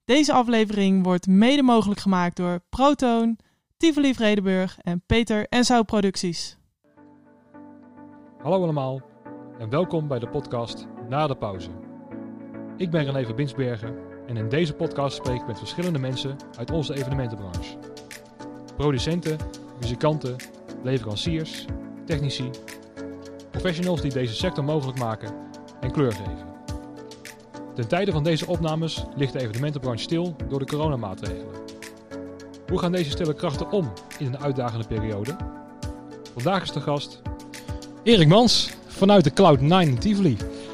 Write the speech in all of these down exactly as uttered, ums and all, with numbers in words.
Deze aflevering wordt mede mogelijk gemaakt door Protoon, Tivoli Vredenburg en Peter en Zou Producties. Hallo allemaal en welkom bij de podcast Na de Pauze. Ik ben René van Binsbergen en in deze podcast spreek ik met verschillende mensen uit onze evenementenbranche. Producenten, muzikanten, leveranciers, technici, professionals die deze sector mogelijk maken en kleur geven. Ten tijde van deze opnames ligt de evenementenbranche stil door de coronamaatregelen. Hoe gaan deze stille krachten om in een uitdagende periode? Vandaag is de gast Erik Mans vanuit de Cloud nine in Tivoli.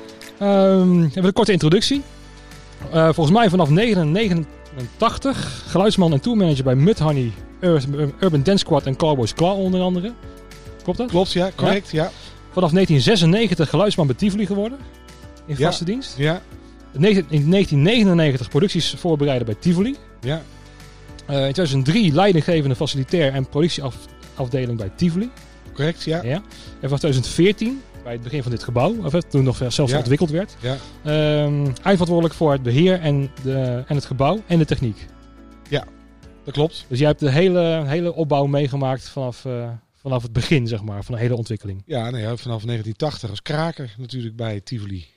Um, even een korte introductie. Uh, volgens mij vanaf negentien negenentachtig geluidsman en tourmanager bij Mudhoney, Urban Dance Squad en Cowboys Claw onder andere. Klopt dat? Klopt, ja, correct, ja. ja. Vanaf negentien zesennegentig geluidsman bij Tivoli geworden, in vaste ja. dienst. Ja. In negentien negenennegentig producties voorbereiden bij Tivoli. Ja. Uh, in tweeduizend drie leidinggevende facilitair en productieafdeling bij Tivoli. Correct, ja. ja. En vanaf tweeduizend veertien, bij het begin van dit gebouw, of toen nog zelfs ja. ontwikkeld werd, ja. um, eindverantwoordelijk voor het beheer en, de, en het gebouw en de techniek. Ja, dat klopt. Dus jij hebt de hele, hele opbouw meegemaakt vanaf, uh, vanaf het begin, zeg maar, van de hele ontwikkeling. Ja, nou ja, vanaf negentien tachtig als kraker natuurlijk bij Tivoli.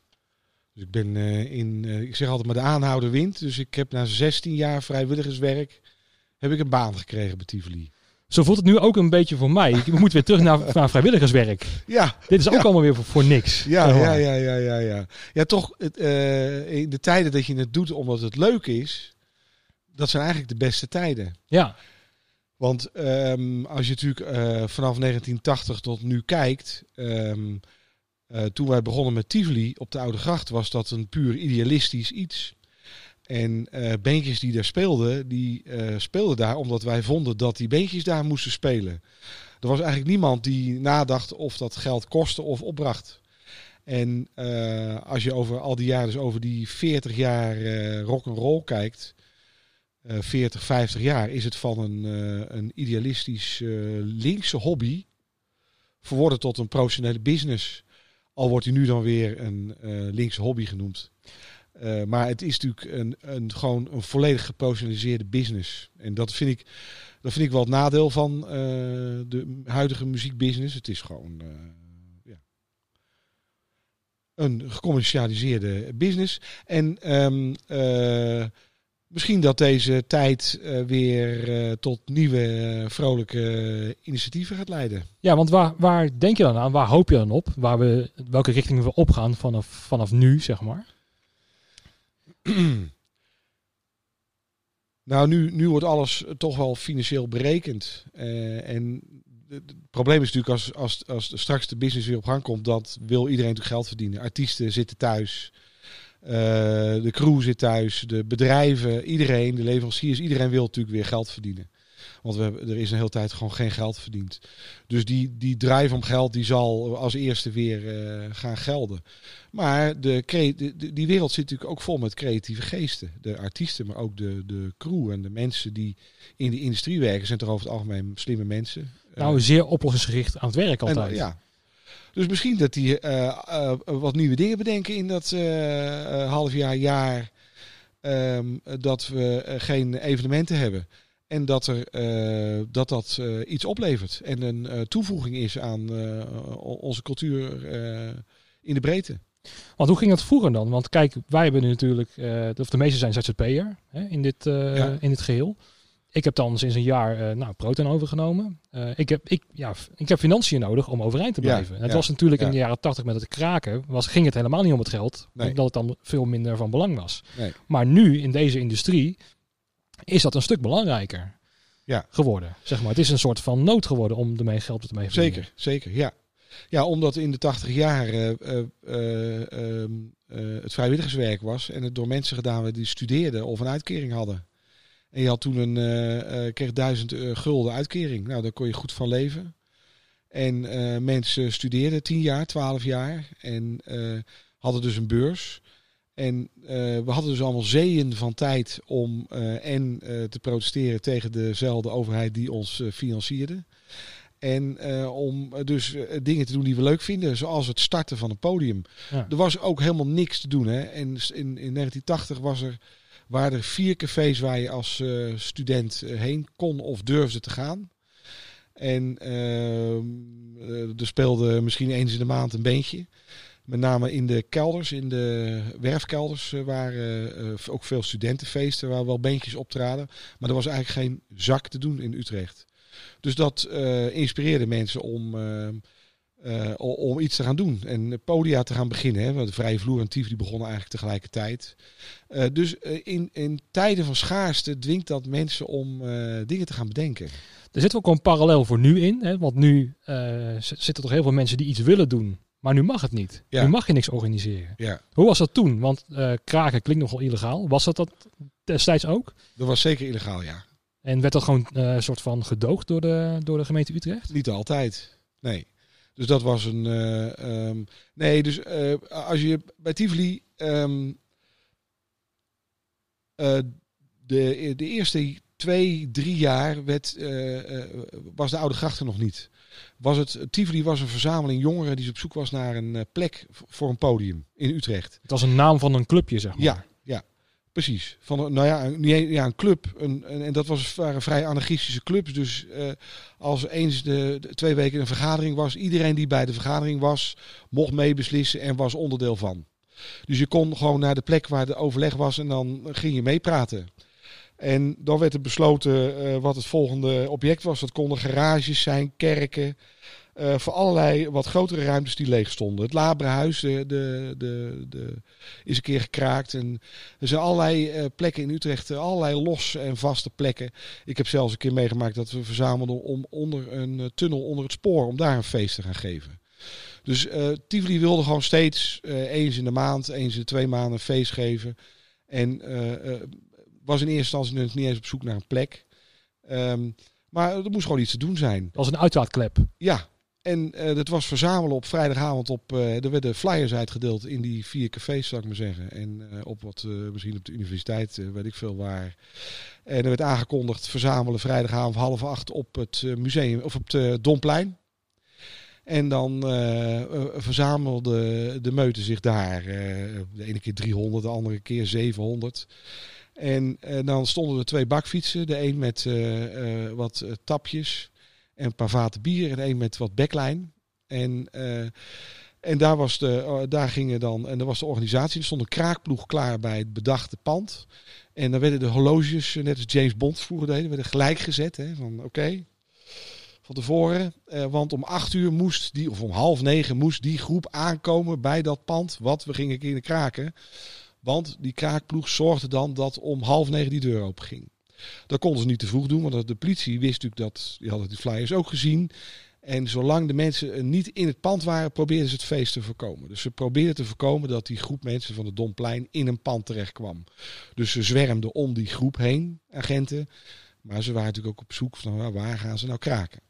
Dus ik ben uh, in, uh, ik zeg altijd maar de aanhouder wint. Dus ik heb na zestien jaar vrijwilligerswerk, heb ik een baan gekregen bij Tivoli. Zo voelt het nu ook een beetje voor mij. We moeten weer terug naar, naar vrijwilligerswerk. Ja. Dit is ook ja. allemaal weer voor, voor niks. Ja, ja, ja, ja, ja, ja. Ja, toch, het, uh, in de tijden dat je het doet omdat het leuk is, dat zijn eigenlijk de beste tijden. Ja. Want um, als je natuurlijk uh, vanaf negentien tachtig tot nu kijkt, um, uh, toen wij begonnen met Tivoli op de Oude Gracht, was dat een puur idealistisch iets. En uh, beentjes die daar speelden, die uh, speelden daar omdat wij vonden dat die beentjes daar moesten spelen. Er was eigenlijk niemand die nadacht of dat geld kostte of opbracht. En uh, als je over al die jaren, dus over die veertig jaar uh, rock'n'roll kijkt, uh, veertig, vijftig jaar, is het van een, uh, een idealistisch uh, linkse hobby verworden tot een professionele business. Al wordt hij nu dan weer een uh, linkse hobby genoemd. Uh, maar het is natuurlijk een, een, gewoon een volledig geprofessionaliseerde business. En dat vind ik, dat vind ik wel het nadeel van uh, de huidige muziekbusiness. Het is gewoon uh, ja, een gecommercialiseerde business. En um, uh, misschien dat deze tijd uh, weer uh, tot nieuwe uh, vrolijke initiatieven gaat leiden. Ja, want waar, waar denk je dan aan? Waar hoop je dan op? Waar we, welke richting we opgaan vanaf, vanaf nu, zeg maar? Nou, nu, nu wordt alles toch wel financieel berekend. Uh, en het probleem is natuurlijk als, als, als straks de business weer op gang komt, dat wil iedereen natuurlijk geld verdienen. Artiesten zitten thuis, uh, de crew zit thuis, de bedrijven, iedereen, de leveranciers, iedereen wil natuurlijk weer geld verdienen. Want we hebben, er is een hele tijd gewoon geen geld verdiend. Dus die, die drive om geld die zal als eerste weer uh, gaan gelden. Maar de, de, die wereld zit natuurlijk ook vol met creatieve geesten. De artiesten, maar ook de, de crew en de mensen die in de industrie werken, zijn toch over het algemeen slimme mensen. Nou, zeer oplossingsgericht aan het werk altijd. En, ja. Dus misschien dat die uh, uh, wat nieuwe dingen bedenken in dat uh, uh, half jaar, jaar, um, dat we uh, geen evenementen hebben. En dat er, uh, dat, dat uh, iets oplevert. En een uh, toevoeging is aan uh, onze cultuur uh, in de breedte. Want hoe ging dat vroeger dan? Want kijk, wij hebben nu natuurlijk, uh, of de meeste zijn Z Z P'er hè, in, dit, uh, ja. in dit geheel. Ik heb dan sinds een jaar uh, nou, Proton overgenomen. Uh, ik, heb, ik, ja, ik heb financiën nodig om overeind te blijven. Ja, het ja, was natuurlijk ja. in de jaren tachtig met het kraken, was, ging het helemaal niet om het geld. Nee. Omdat het dan veel minder van belang was. Nee. Maar nu in deze industrie is dat een stuk belangrijker ja. geworden. Zeg maar. Het is een soort van nood geworden om ermee geld te mee verdienen. Zeker, zeker, ja. Ja, omdat in de tachtig jaar uh, uh, uh, uh, uh, het vrijwilligerswerk was en het door mensen gedaan werd die studeerden of een uitkering hadden. En je had toen een uh, uh, kreeg duizend uh, gulden uitkering. Nou, daar kon je goed van leven. En uh, mensen studeerden tien jaar, twaalf jaar en uh, hadden dus een beurs. En uh, we hadden dus allemaal zeeën van tijd om uh, en uh, te protesteren tegen dezelfde overheid die ons uh, financierde. En uh, om dus uh, dingen te doen die we leuk vinden, zoals het starten van een podium. Ja. Er was ook helemaal niks te doen. Hè? En in, in negentien tachtig was er, waren er vier cafés waar je als uh, student uh, heen kon of durfde te gaan. En uh, er speelde misschien eens in de maand een beentje. Met name in de kelders, in de werfkelders uh, waren uh, ook veel studentenfeesten waar wel beentjes optraden. Maar er was eigenlijk geen zak te doen in Utrecht. Dus dat uh, inspireerde mensen om, uh, uh, om iets te gaan doen. En podia te gaan beginnen. Hè. De Vrije Vloer en Tivoli begonnen eigenlijk tegelijkertijd. Uh, dus uh, in, in tijden van schaarste dwingt dat mensen om uh, dingen te gaan bedenken. Er zit ook een parallel voor nu in. Hè? Want nu uh, zitten toch heel veel mensen die iets willen doen. Maar nu mag het niet. Ja. Nu mag je niks organiseren. Ja. Hoe was dat toen? Want uh, kraken klinkt nogal illegaal. Was dat dat destijds ook? Dat was zeker illegaal, ja. En werd dat gewoon een uh, soort van gedoogd door de, door de gemeente Utrecht? Niet altijd, nee. Dus dat was een... Uh, um, nee, dus uh, als je bij Tivoli... Um, uh, de, de eerste twee, drie jaar werd, uh, uh, was de Oude Gracht er nog niet. Was het, Tivoli was een verzameling jongeren die op zoek was naar een uh, plek voor een podium in Utrecht. Het was een naam van een clubje, zeg maar. Ja, ja. Precies. Van een, nou ja, een, ja, een club. Een, een, en dat was, waren vrij anarchistische clubs. Dus uh, als eens de, de twee weken een vergadering was, iedereen die bij de vergadering was, mocht meebeslissen en was onderdeel van. Dus je kon gewoon naar de plek waar de overleg was en dan ging je meepraten. En dan werd er besloten uh, wat het volgende object was. Dat konden garages zijn, kerken. Uh, voor allerlei wat grotere ruimtes die leeg stonden. Het Labrahuis de, de, de, de, is een keer gekraakt. En er zijn allerlei uh, plekken in Utrecht. Allerlei losse en vaste plekken. Ik heb zelfs een keer meegemaakt dat we verzamelden om onder een uh, tunnel onder het spoor. Om daar een feest te gaan geven. Dus uh, Tivoli wilde gewoon steeds uh, eens in de maand, eens in de twee maanden een feest geven. En uh, uh, was in eerste instantie niet eens op zoek naar een plek. Um, maar er moest gewoon iets te doen zijn. Dat was een uitlaatklep. Ja. En uh, dat was verzamelen op vrijdagavond. Op, uh, er werden flyers uitgedeeld in die vier cafés, zou ik maar zeggen. En uh, op wat, uh, misschien op de universiteit, uh, weet ik veel waar. En er werd aangekondigd verzamelen vrijdagavond half acht op het uh, museum, of op het Domplein. En dan uh, uh, verzamelden de meuten zich daar. Uh, de ene keer driehonderd, de andere keer zevenhonderd. En uh, dan stonden er twee bakfietsen. De een met uh, uh, wat uh, tapjes en een paar vaten bier. En de een met wat backline. En, uh, en daar, was de, uh, daar gingen dan, en daar was de organisatie. Er stond een kraakploeg klaar bij het bedachte pand. En dan werden de horloges, net als James Bond vroeger deden, werden gelijk gezet. Hè, van oké, okay, van tevoren. Uh, want om acht uur moest die, of om half negen moest die groep aankomen bij dat pand. Wat we gingen kunnen kraken. Want die kraakploeg zorgde dan dat om half negen die deur open ging. Dat konden ze niet te vroeg doen, want de politie wist natuurlijk dat, die hadden die flyers ook gezien. En zolang de mensen niet in het pand waren, probeerden ze het feest te voorkomen. Dus ze probeerden te voorkomen dat die groep mensen van het Domplein in een pand terecht kwam. Dus ze zwermden om die groep heen, agenten. Maar ze waren natuurlijk ook op zoek van waar gaan ze nou kraken.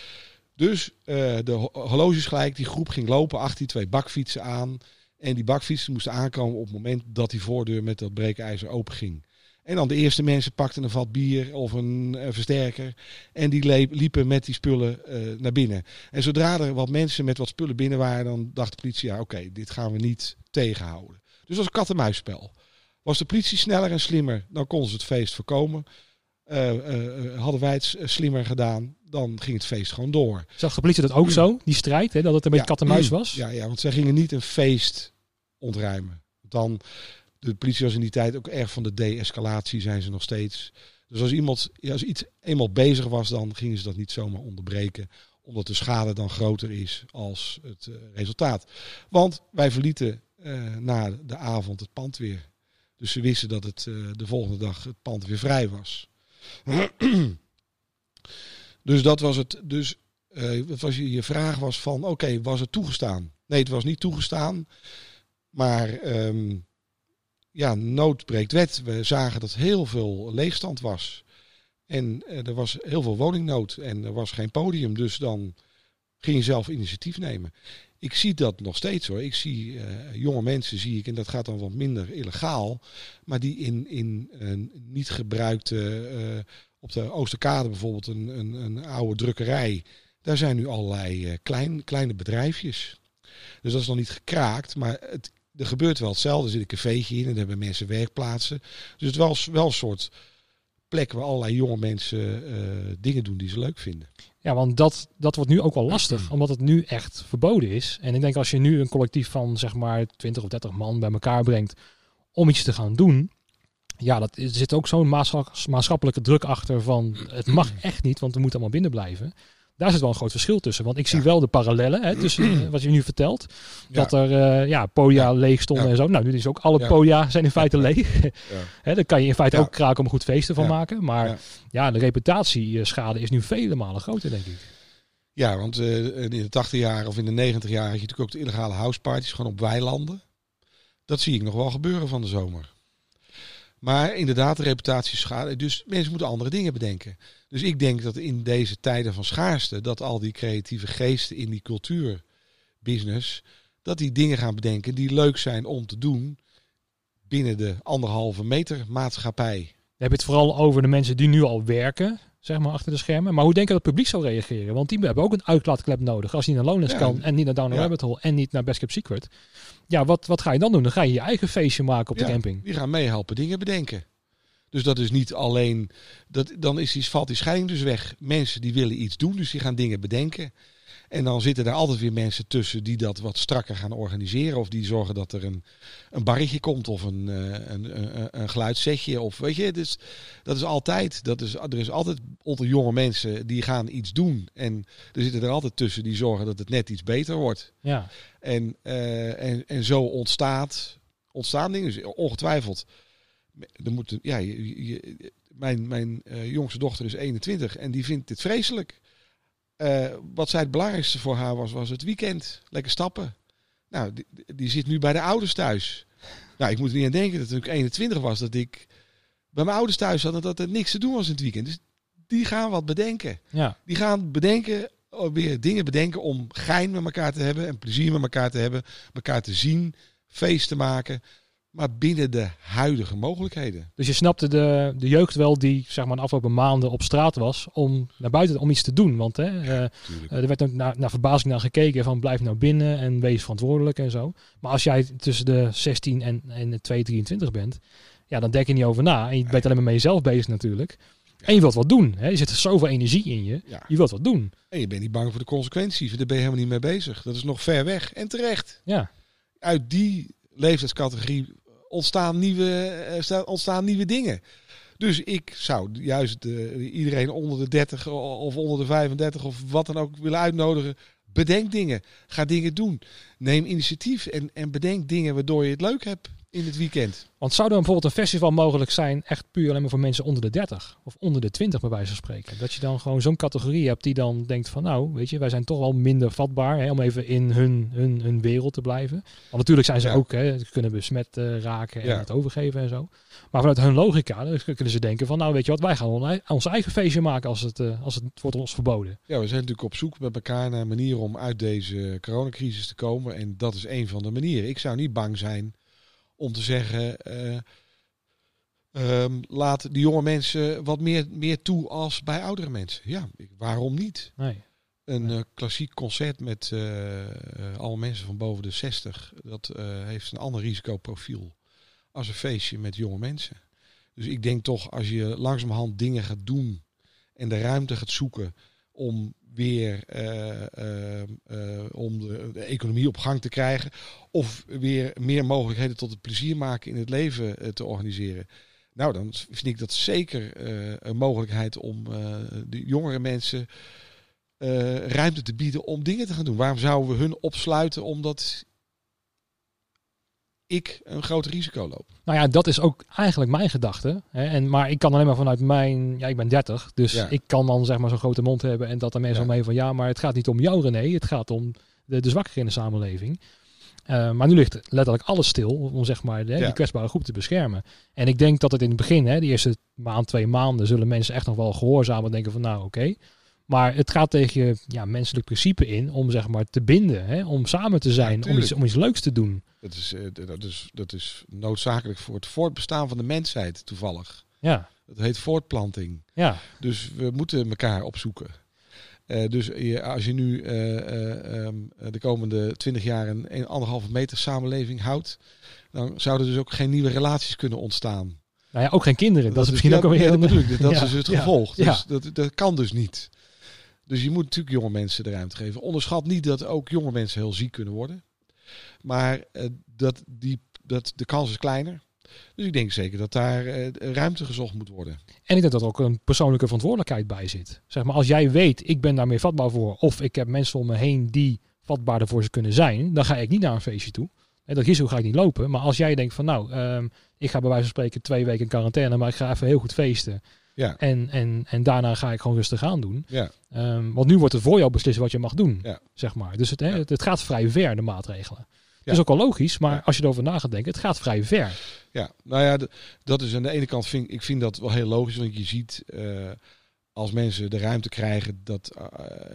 Dus uh, de horloges gelijk, die groep ging lopen achter die twee bakfietsen aan. En die bakfietsen moesten aankomen op het moment dat die voordeur met dat breekijzer open ging. En dan de eerste mensen pakten een vat bier of een uh, versterker. En die le- liepen met die spullen uh, naar binnen. En zodra er wat mensen met wat spullen binnen waren, dan dacht de politie, ja oké, okay, dit gaan we niet tegenhouden. Dus dat was een kat-en-muisspel. Was de politie sneller en slimmer, dan konden ze het feest voorkomen. Uh, uh, hadden wij het slimmer gedaan, dan ging het feest gewoon door. Zag de politie dat ook zo, die strijd, hè, dat het een beetje ja, kat en muis was? Ja, ja, want zij gingen niet een feest ontruimen. Dan, de politie was in die tijd ook erg van de de-escalatie, zijn ze nog steeds. Dus als iemand, ja, als iets eenmaal bezig was, dan gingen ze dat niet zomaar onderbreken, omdat de schade dan groter is als het uh, resultaat. Want wij verlieten uh, na de avond het pand weer. Dus ze wisten dat het uh, de volgende dag het pand weer vrij was. Dus dat was het. Dus uh, was je, je vraag was van, oké, okay, was het toegestaan? Nee, het was niet toegestaan. Maar um, ja, nood breekt wet. We zagen dat heel veel leegstand was. En uh, er was heel veel woningnood. En er was geen podium. Dus dan ging je zelf initiatief nemen. Ik zie dat nog steeds hoor. Ik zie uh, jonge mensen, zie ik, en dat gaat dan wat minder illegaal. Maar die in, in een niet gebruikte, uh, op de Oosterkade bijvoorbeeld, een, een, een oude drukkerij. Daar zijn nu allerlei uh, klein, kleine bedrijfjes. Dus dat is nog niet gekraakt. Maar het, er gebeurt wel hetzelfde. Er zit een cafeetje in en daar hebben mensen werkplaatsen. Dus het is wel, wel een soort plek waar allerlei jonge mensen uh, dingen doen die ze leuk vinden. Ja, want dat, dat wordt nu ook wel lastig, omdat het nu echt verboden is. En ik denk als je nu een collectief van zeg maar twintig of dertig man bij elkaar brengt om iets te gaan doen. Ja, dat, er zit ook zo'n maatschappelijke druk achter van het mag echt niet, want we moeten allemaal binnen blijven. Daar zit wel een groot verschil tussen. Want ik zie ja. wel de parallellen hè, tussen uh, wat je nu vertelt. Dat ja. er uh, ja, podia ja. leeg stonden ja. en zo. Nou, nu is ook alle ja. podia zijn in feite leeg. Ja. Hè, daar kan je in feite ja. ook kraken om een goed feest van ja. maken. Maar ja. ja, de reputatieschade is nu vele malen groter, denk ik. Ja, want uh, in de tachtig jaar of in de negentig jaar had je natuurlijk ook de illegale houseparties gewoon op weilanden. Dat zie ik nog wel gebeuren van de zomer. Maar inderdaad, de reputatieschade. Dus mensen moeten andere dingen bedenken. Dus ik denk dat in deze tijden van schaarste, dat al die creatieve geesten in die cultuurbusiness, dat die dingen gaan bedenken die leuk zijn om te doen binnen de anderhalve meter maatschappij. Dan heb je het vooral over de mensen die nu al werken, zeg maar, achter de schermen. Maar hoe denk je dat het publiek zou reageren? Want die hebben ook een uitlaatklep nodig. Als je niet naar Lowlands ja. kan en niet naar Down the ja. Rabbit Hole en niet naar Best Kept Secret. Ja, wat, wat ga je dan doen? Dan ga je je eigen feestje maken op ja, de camping. Die gaan meehelpen dingen bedenken. Dus dat is niet alleen, dat, dan is die, valt die scheiding dus weg. Mensen die willen iets doen, dus die gaan dingen bedenken. En dan zitten er altijd weer mensen tussen die dat wat strakker gaan organiseren. Of die zorgen dat er een, een barretje komt of een, een, een, een geluidssetje. Of weet je, dus, dat is altijd. Dat is, er is altijd onder jonge mensen die gaan iets doen. En er zitten er altijd tussen die zorgen dat het net iets beter wordt. Ja. En, uh, en, en zo ontstaat, ontstaan dingen. Dus ongetwijfeld. Er moet, ja, je, je, mijn mijn uh, jongste dochter is eenentwintig en die vindt dit vreselijk. Uh, wat zij het belangrijkste voor haar was, was het weekend. Lekker stappen. Nou, die, die zit nu bij de ouders thuis. Nou, ik moet er niet aan denken dat toen ik eenentwintig was, dat ik bij mijn ouders thuis had en dat er niks te doen was in het weekend. Dus die gaan wat bedenken. Ja. Die gaan bedenken, weer dingen bedenken om gein met elkaar te hebben en plezier met elkaar te hebben, elkaar te zien, feest te maken. Maar binnen de huidige mogelijkheden. Dus je snapte de, de jeugd wel die zeg maar de afgelopen maanden op straat was om naar buiten om iets te doen. Want hè, ja, uh, er werd ook naar, naar verbazing naar gekeken van blijf nou binnen en wees verantwoordelijk en zo. Maar als jij tussen de zestien en, en de twee, drieëntwintig bent, ja, dan denk je niet over na. En je bent alleen maar met jezelf bezig natuurlijk. Ja. En je wilt wat doen. Hè? Je zit er zoveel energie in je. Ja. Je wilt wat doen. En je bent niet bang voor de consequenties. Daar ben je helemaal niet mee bezig. Dat is nog ver weg. En terecht. Ja. Uit die leeftijdscategorie ontstaan nieuwe, ontstaan nieuwe dingen. Dus ik zou juist uh, iedereen onder de dertig of onder de vijfendertig of wat dan ook willen uitnodigen. Bedenk dingen. Ga dingen doen. Neem initiatief en, en bedenk dingen waardoor je het leuk hebt in het weekend. Want zou er bijvoorbeeld een festival mogelijk zijn, echt puur alleen maar voor mensen onder de dertig of onder de twintig bij wijze van spreken? Dat je dan gewoon zo'n categorie hebt die dan denkt van nou, weet je, wij zijn toch wel minder vatbaar hè, om even in hun, hun, hun wereld te blijven. Want natuurlijk zijn ze ja. ook, hè, ze kunnen besmet uh, raken en ja. het overgeven en zo. Maar vanuit hun logica dan kunnen ze denken van nou, weet je wat, wij gaan ons eigen feestje maken als het, uh, als het wordt ons verboden. Ja, we zijn natuurlijk op zoek met elkaar naar manieren om uit deze coronacrisis te komen en dat is een van de manieren. Ik zou niet bang zijn om te zeggen, uh, um, laat die jonge mensen wat meer, meer toe als bij oudere mensen. Ja, waarom niet? Nee. Een nee. Uh, klassiek concert met uh, uh, alle mensen van boven de zestig, dat uh, heeft een ander risicoprofiel als een feestje met jonge mensen. Dus ik denk toch, als je langzamerhand dingen gaat doen en de ruimte gaat zoeken om weer uh, uh, uh, om de, de economie op gang te krijgen of weer meer mogelijkheden tot het plezier maken in het leven uh, te organiseren. Nou, dan vind ik dat zeker uh, een mogelijkheid om uh, de jongere mensen uh, ruimte te bieden om dingen te gaan doen. Waarom zouden we hun opsluiten omdat ik een groot risico loop? Nou ja, dat is ook eigenlijk mijn gedachte. Hè? En, maar ik kan alleen maar vanuit mijn... Ja, ik ben dertig. Dus ja. ik kan dan zeg maar zo'n grote mond hebben. En dat er mensen ja. omheen van... Ja, maar het gaat niet om jou, René. Het gaat om de, de zwakkeren in de samenleving. Uh, maar nu ligt letterlijk alles stil. Om zeg maar de, ja. die kwetsbare groep te beschermen. En ik denk dat het in het begin... Hè, de eerste maand, twee maanden... Zullen mensen echt nog wel gehoorzamen. En denken van nou, oké. Okay. Maar het gaat tegen je ja, menselijk principe in om zeg maar te binden, hè? Om samen te zijn, ja, om, iets, om iets leuks te doen. Dat is, uh, dat, is, dat is noodzakelijk voor het voortbestaan van de mensheid toevallig. Ja. Dat heet voortplanting. Ja. Dus we moeten elkaar opzoeken. Uh, dus je, als je nu uh, uh, um, de komende twintig jaar een, een anderhalve meter samenleving houdt, dan zouden dus ook geen nieuwe relaties kunnen ontstaan. Nou ja, ook geen kinderen. Dat, dat is misschien ja, ook alweer... Ja, dat een... bedoel ik. Dat ja, is het ja, gevolg. Ja. Dus dat, dat kan dus niet. Dus je moet natuurlijk jonge mensen de ruimte geven. Onderschat niet dat ook jonge mensen heel ziek kunnen worden. Maar uh, dat, die, dat, de kans is kleiner. Dus ik denk zeker dat daar uh, ruimte gezocht moet worden. En ik denk dat er ook een persoonlijke verantwoordelijkheid bij zit. Zeg maar, als jij weet, ik ben daar meer vatbaar voor, of ik heb mensen om me heen die vatbaarder voor ze kunnen zijn, dan ga ik niet naar een feestje toe. En dat risico ga ik niet lopen. Maar als jij denkt van nou, um, ik ga bij wijze van spreken twee weken in quarantaine, maar ik ga even heel goed feesten. Ja. En, en, en daarna ga ik gewoon rustig aan doen. Ja. Um, want nu wordt het voor jou beslist wat je mag doen. Ja. Zeg maar. Dus het, hè, Ja. het, het gaat vrij ver, de maatregelen. Ja. Dat is ook al logisch, maar Ja. als je erover na gaat denken, het gaat vrij ver. Ja, nou ja, d- dat is aan de ene kant, vind ik vind dat wel heel logisch. Want je ziet, uh, als mensen de ruimte krijgen, dat... Uh,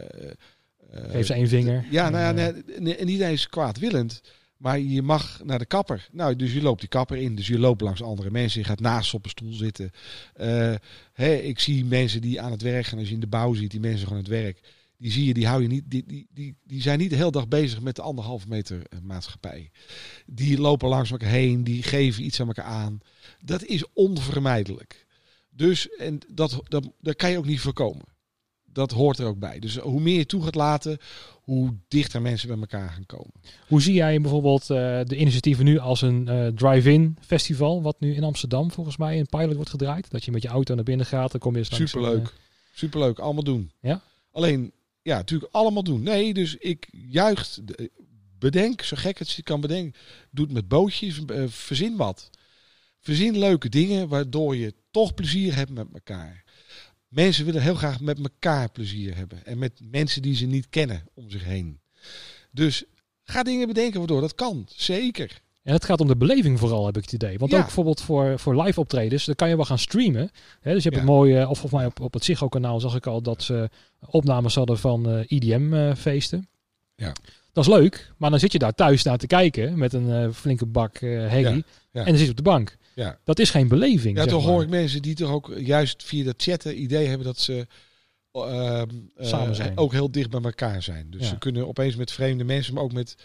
uh, Geef ze één vinger. Ja, nou ja, En, nee, nee, niet eens kwaadwillend. Maar je mag naar de kapper. Nou, dus je loopt die kapper in. Dus je loopt langs andere mensen. Je gaat naast op een stoel zitten. Uh, hè, ik zie mensen die aan het werk gaan. Als je in de bouw ziet, die mensen gewoon aan het werk. Die zie je, die hou je niet. Die, die, die, die zijn niet de hele dag bezig met de anderhalve meter maatschappij. Die lopen langs elkaar heen. Die geven iets aan elkaar aan. Dat is onvermijdelijk. Dus en dat, dat, dat kan je ook niet voorkomen. Dat hoort er ook bij. Dus hoe meer je toe gaat laten, hoe dichter mensen bij elkaar gaan komen. Hoe zie jij bijvoorbeeld uh, de initiatieven nu als een uh, drive-in festival, wat nu in Amsterdam volgens mij een pilot wordt gedraaid? Dat je met je auto naar binnen gaat, dan kom je eens langs. Superleuk. Uh... Superleuk. Allemaal doen. Ja? Alleen, ja, natuurlijk allemaal doen. Nee, dus ik juich, bedenk, zo gek het je kan bedenken. Doe het met bootjes, uh, verzin wat. Verzin leuke dingen, waardoor je toch plezier hebt met elkaar. Mensen willen heel graag met elkaar plezier hebben. En met mensen die ze niet kennen om zich heen. Dus ga dingen bedenken waardoor dat kan. Zeker. En het gaat om de beleving vooral, heb ik het idee. Want Ja. ook bijvoorbeeld voor, voor live optredens, dan kan je wel gaan streamen. Hè, dus je hebt Ja. een mooie, of volgens mij op, op het Ziggo kanaal zag ik al dat ze opnames hadden van uh, I D M-feesten. Ja. Dat is leuk, maar dan zit je daar thuis naar te kijken met een uh, flinke bak uh, herrie. Ja. Ja. En dan zit je op de bank. Ja. Dat is geen beleving. Ja, zeg toch maar. hoor ik mensen die toch ook juist via dat chatten idee hebben dat ze uh, Samen zijn. Uh, ook heel dicht bij elkaar zijn. Dus Ja. ze kunnen opeens met vreemde mensen, maar ook met,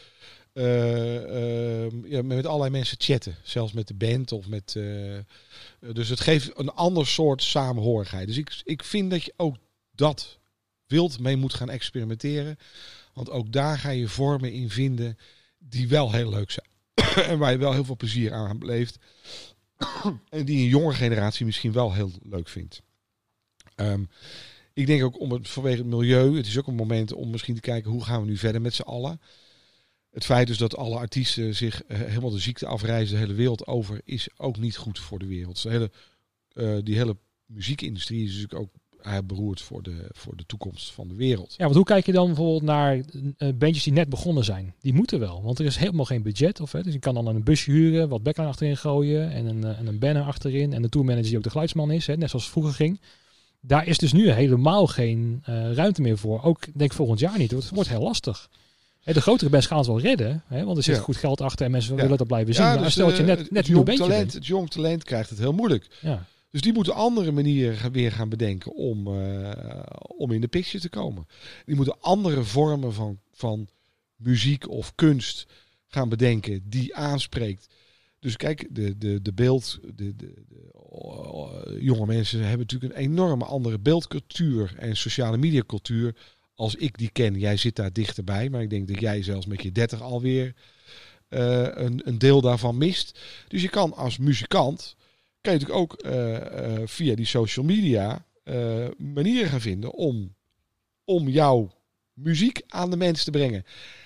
uh, uh, ja, met allerlei mensen chatten. Zelfs met de band of met... Uh, dus het geeft een ander soort samenhorigheid. Dus ik, ik vind dat je ook dat wild mee moet gaan experimenteren. Want ook daar ga je vormen in vinden die wel heel leuk zijn. En waar je wel heel veel plezier aan beleeft. En die een jonge generatie misschien wel heel leuk vindt. Um, ik denk ook om het, vanwege het milieu. Het is ook een moment om misschien te kijken hoe gaan we nu verder met z'n allen. Het feit dus dat alle artiesten zich uh, helemaal de ziekte afreizen de hele wereld over. Is ook niet goed voor de wereld. De hele, uh, die hele muziekindustrie is natuurlijk ook hij beroerd voor de, voor de toekomst van de wereld. Ja, want hoe kijk je dan bijvoorbeeld naar uh, bandjes die net begonnen zijn? Die moeten wel, want er is helemaal geen budget. Of, hè, dus je kan dan een busje huren, wat backline achterin gooien en een, uh, en een banner achterin. En de tourmanager die ook de geluidsman is, hè, net zoals het vroeger ging. Daar is dus nu helemaal geen uh, ruimte meer voor. Ook denk ik volgend jaar niet. Het wordt heel lastig. Hè, de grotere bands gaan het wel redden, hè, want er zit Ja. goed geld achter en mensen Ja. willen dat blijven zien. Ja, maar dus stel dat je de- net, het net een jong bandje talent, bent. Het jong talent krijgt het heel moeilijk. Ja. Dus die moeten andere manieren gaan- weer gaan bedenken om, uh, om in de picture te komen. Die moeten andere vormen van, van muziek of kunst gaan bedenken die aanspreekt. Dus kijk, de, de, de beeld, de, de, de uh, jonge mensen hebben natuurlijk een enorme andere beeldcultuur en sociale media cultuur als ik die ken. Jij zit daar dichterbij, maar ik denk dat jij zelfs met je dertig alweer uh, een, een deel daarvan mist. Dus je kan als muzikant kan je natuurlijk ook uh, uh, via die social media uh, manieren gaan vinden om, om jouw muziek aan de mensen te brengen.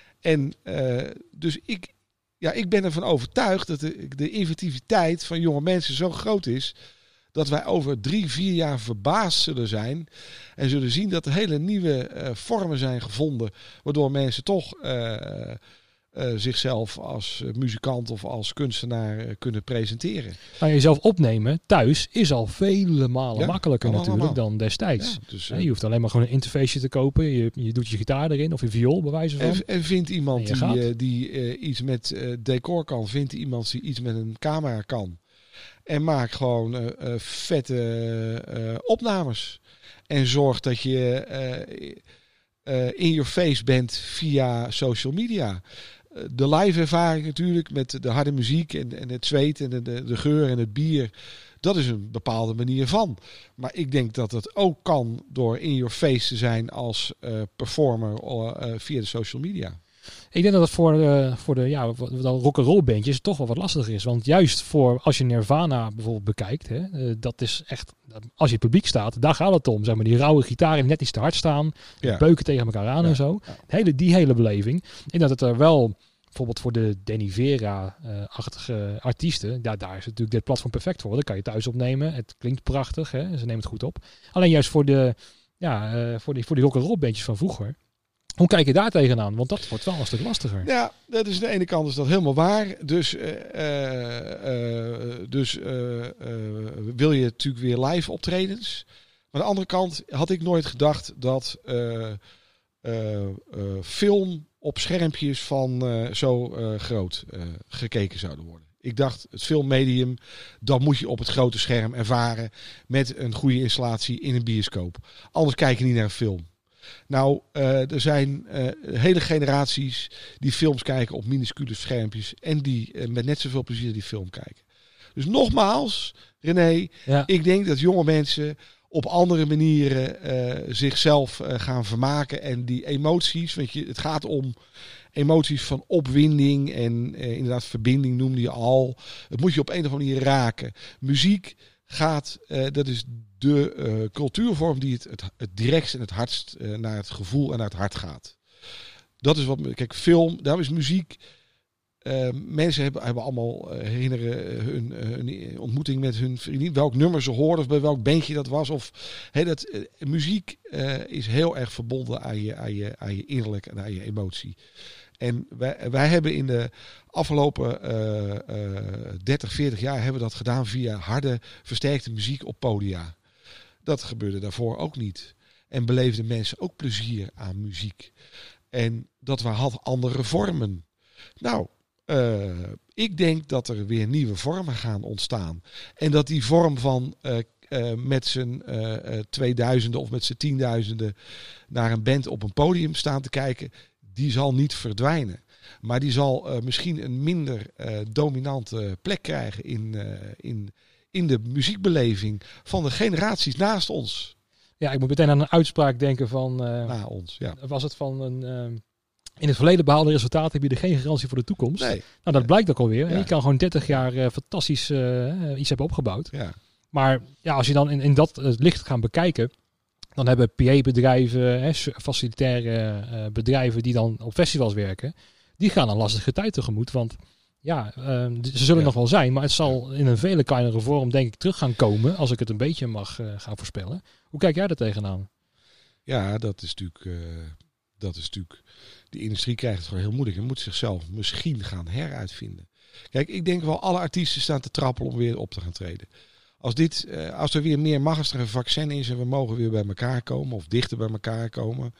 En uh, dus ik, ja, ik ben ervan overtuigd dat de, de inventiviteit van jonge mensen zo groot is dat wij over drie, vier jaar verbaasd zullen zijn en zullen zien dat er hele nieuwe uh, vormen zijn gevonden waardoor mensen toch uh, uh, zichzelf als uh, muzikant of als kunstenaar uh, kunnen presenteren. Nou, jezelf opnemen thuis is al vele malen Ja, makkelijker allemaal, natuurlijk allemaal. dan destijds. Ja, dus, Ja, uh, je hoeft alleen maar gewoon een interfaceje te kopen. Je, je doet je gitaar erin of je viool bij wijze van. En, en vindt iemand En je gaat. die, uh, die uh, iets met uh, decor kan, vindt iemand die iets met een camera kan. En maak gewoon uh, uh, vette uh, opnames. En zorg dat je uh, uh, in your face bent via social media. Uh, de live ervaring natuurlijk met de harde muziek en, en het zweet en de, de, de geur en het bier. Dat is een bepaalde manier van. Maar ik denk dat het ook kan door in your face te zijn als uh, performer uh, via de social media. Ik denk dat het voor de, voor de ja, rock'n'roll bandjes toch wel wat lastiger is. Want juist voor als je Nirvana bijvoorbeeld bekijkt, hè, uh, dat is echt, als je het publiek staat, daar gaat het om. Zeg maar, die rauwe gitaren net iets te hard staan, Ja. beuken tegen elkaar aan Ja. en zo. Ja. Hele, die hele beleving. Ik denk dat het er wel, bijvoorbeeld voor de Danny Vera-achtige artiesten, ja, daar is natuurlijk dit platform perfect voor. Dat kan je thuis opnemen. Het klinkt prachtig, hè, ze nemen het goed op. Alleen juist voor de, ja, uh, voor die, voor die rock'n'roll bandjes van vroeger. Hoe kijk je daar tegenaan? Want dat wordt wel een stuk lastiger. Ja, dat is aan de ene kant is dat helemaal waar. Dus, uh, uh, dus uh, uh, wil je natuurlijk weer live optredens. Maar aan de andere kant had ik nooit gedacht dat uh, uh, uh, film op schermpjes van uh, zo uh, groot uh, gekeken zouden worden. Ik dacht, het filmmedium, dat moet je op het grote scherm ervaren met een goede installatie in een bioscoop. Anders kijk je niet naar een film. Nou, uh, er zijn uh, hele generaties die films kijken op minuscule schermpjes en die uh, met net zoveel plezier die film kijken. Dus nogmaals, René, Ja. ik denk dat jonge mensen op andere manieren uh, zichzelf uh, gaan vermaken en die emoties, want je, het gaat om emoties van opwinding en uh, inderdaad verbinding noemde je al. Het moet je op een of andere manier raken. Muziek gaat, uh, dat is de uh, cultuurvorm die het, het, het direktst en het hardst uh, naar het gevoel en naar het hart gaat. Dat is wat, kijk, film, daar is muziek. Uh, mensen hebben, hebben allemaal uh, herinneren hun, hun ontmoeting met hun vriendin, welk nummer ze hoorden of bij welk bandje dat was. Of, hey, dat, uh, muziek uh, is heel erg verbonden aan je, aan, je, aan je innerlijk en aan je emotie. En wij, wij hebben in de afgelopen uh, uh, dertig, veertig jaar hebben we dat gedaan via harde, versterkte muziek op podia. Dat gebeurde daarvoor ook niet. En beleefden mensen ook plezier aan muziek. En dat we hadden andere vormen. Nou, uh, ik denk dat er weer nieuwe vormen gaan ontstaan. En dat die vorm van uh, uh, met z'n uh, uh, tweeduizenden of met z'n tienduizenden naar een band op een podium staan te kijken, die zal niet verdwijnen. Maar die zal uh, misschien een minder uh, dominante plek krijgen in, uh, in, in de muziekbeleving van de generaties naast ons. Ja, ik moet meteen aan een uitspraak denken van... Uh, Na ons, ja. Was het van een... Uh, in het verleden behaalde resultaten heb je er geen garantie voor de toekomst. Nee. Nou, dat nee. blijkt ook alweer. Ja. Je kan gewoon dertig jaar uh, fantastisch uh, iets hebben opgebouwd. Ja. Maar ja, als je dan in, in dat uh, licht gaat bekijken, dan hebben P A-bedrijven, hè, facilitaire uh, bedrijven die dan op festivals werken, die gaan een lastige tijd tegemoet. Want ja, uh, ze zullen ja. nog wel zijn, maar het zal in een vele kleinere vorm denk ik terug gaan komen, als ik het een beetje mag uh, gaan voorspellen. Hoe kijk jij daar tegenaan? Ja, dat is natuurlijk... Uh, dat is natuurlijk... De industrie krijgt het gewoon heel moeilijk en moet zichzelf misschien gaan heruitvinden. Kijk, ik denk wel alle artiesten staan te trappelen om weer op te gaan treden. Als, dit, uh, als er weer meer mag, als er een vaccin is en we mogen weer bij elkaar komen of dichter bij elkaar komen,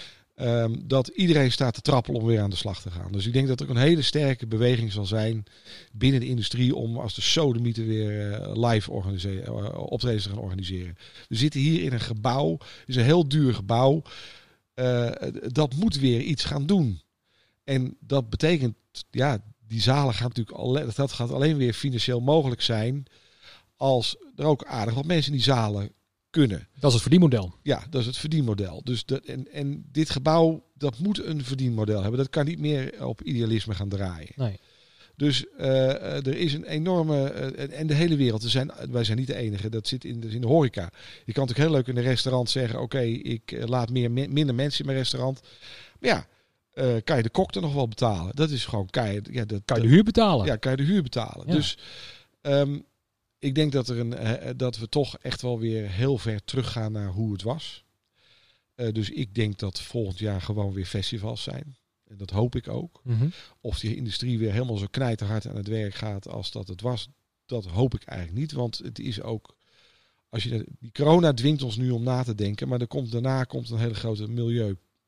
um, dat iedereen staat te trappelen om weer aan de slag te gaan. Dus ik denk dat er een hele sterke beweging zal zijn binnen de industrie om als de sodemieter weer uh, live organiseren, uh, optredens te gaan organiseren. We zitten hier in een gebouw, het is een heel duur gebouw. Uh, dat moet weer iets gaan doen. En dat betekent, ja, die zalen gaan natuurlijk al, dat gaat alleen weer financieel mogelijk zijn als er ook aardig wat mensen in die zalen kunnen. Dat is het verdienmodel. Ja, dat is het verdienmodel. Dus dat, en, en dit gebouw, dat moet een verdienmodel hebben. Dat kan niet meer op idealisme gaan draaien. Nee. Dus uh, er is een enorme... Uh, en de hele wereld, er zijn, wij zijn niet de enige, dat zit in de, in de horeca. Je kan natuurlijk heel leuk in een restaurant zeggen, oké, okay, ik uh, laat meer, me, minder mensen in mijn restaurant. Maar ja, uh, kan je de kok er nog wel betalen? Dat is gewoon, kan je, ja, dat, kan je de huur betalen? Ja, kan je de huur betalen. Ja. Dus um, ik denk dat, er een, uh, dat we toch echt wel weer heel ver teruggaan naar hoe het was. Uh, dus ik denk dat volgend jaar gewoon weer festivals zijn. En dat hoop ik ook. Mm-hmm. Of die industrie weer helemaal zo knijterhard aan het werk gaat als dat het was, dat hoop ik eigenlijk niet. Want het is ook, als je die corona dwingt ons nu om na te denken, maar er komt, daarna komt een hele grote milieu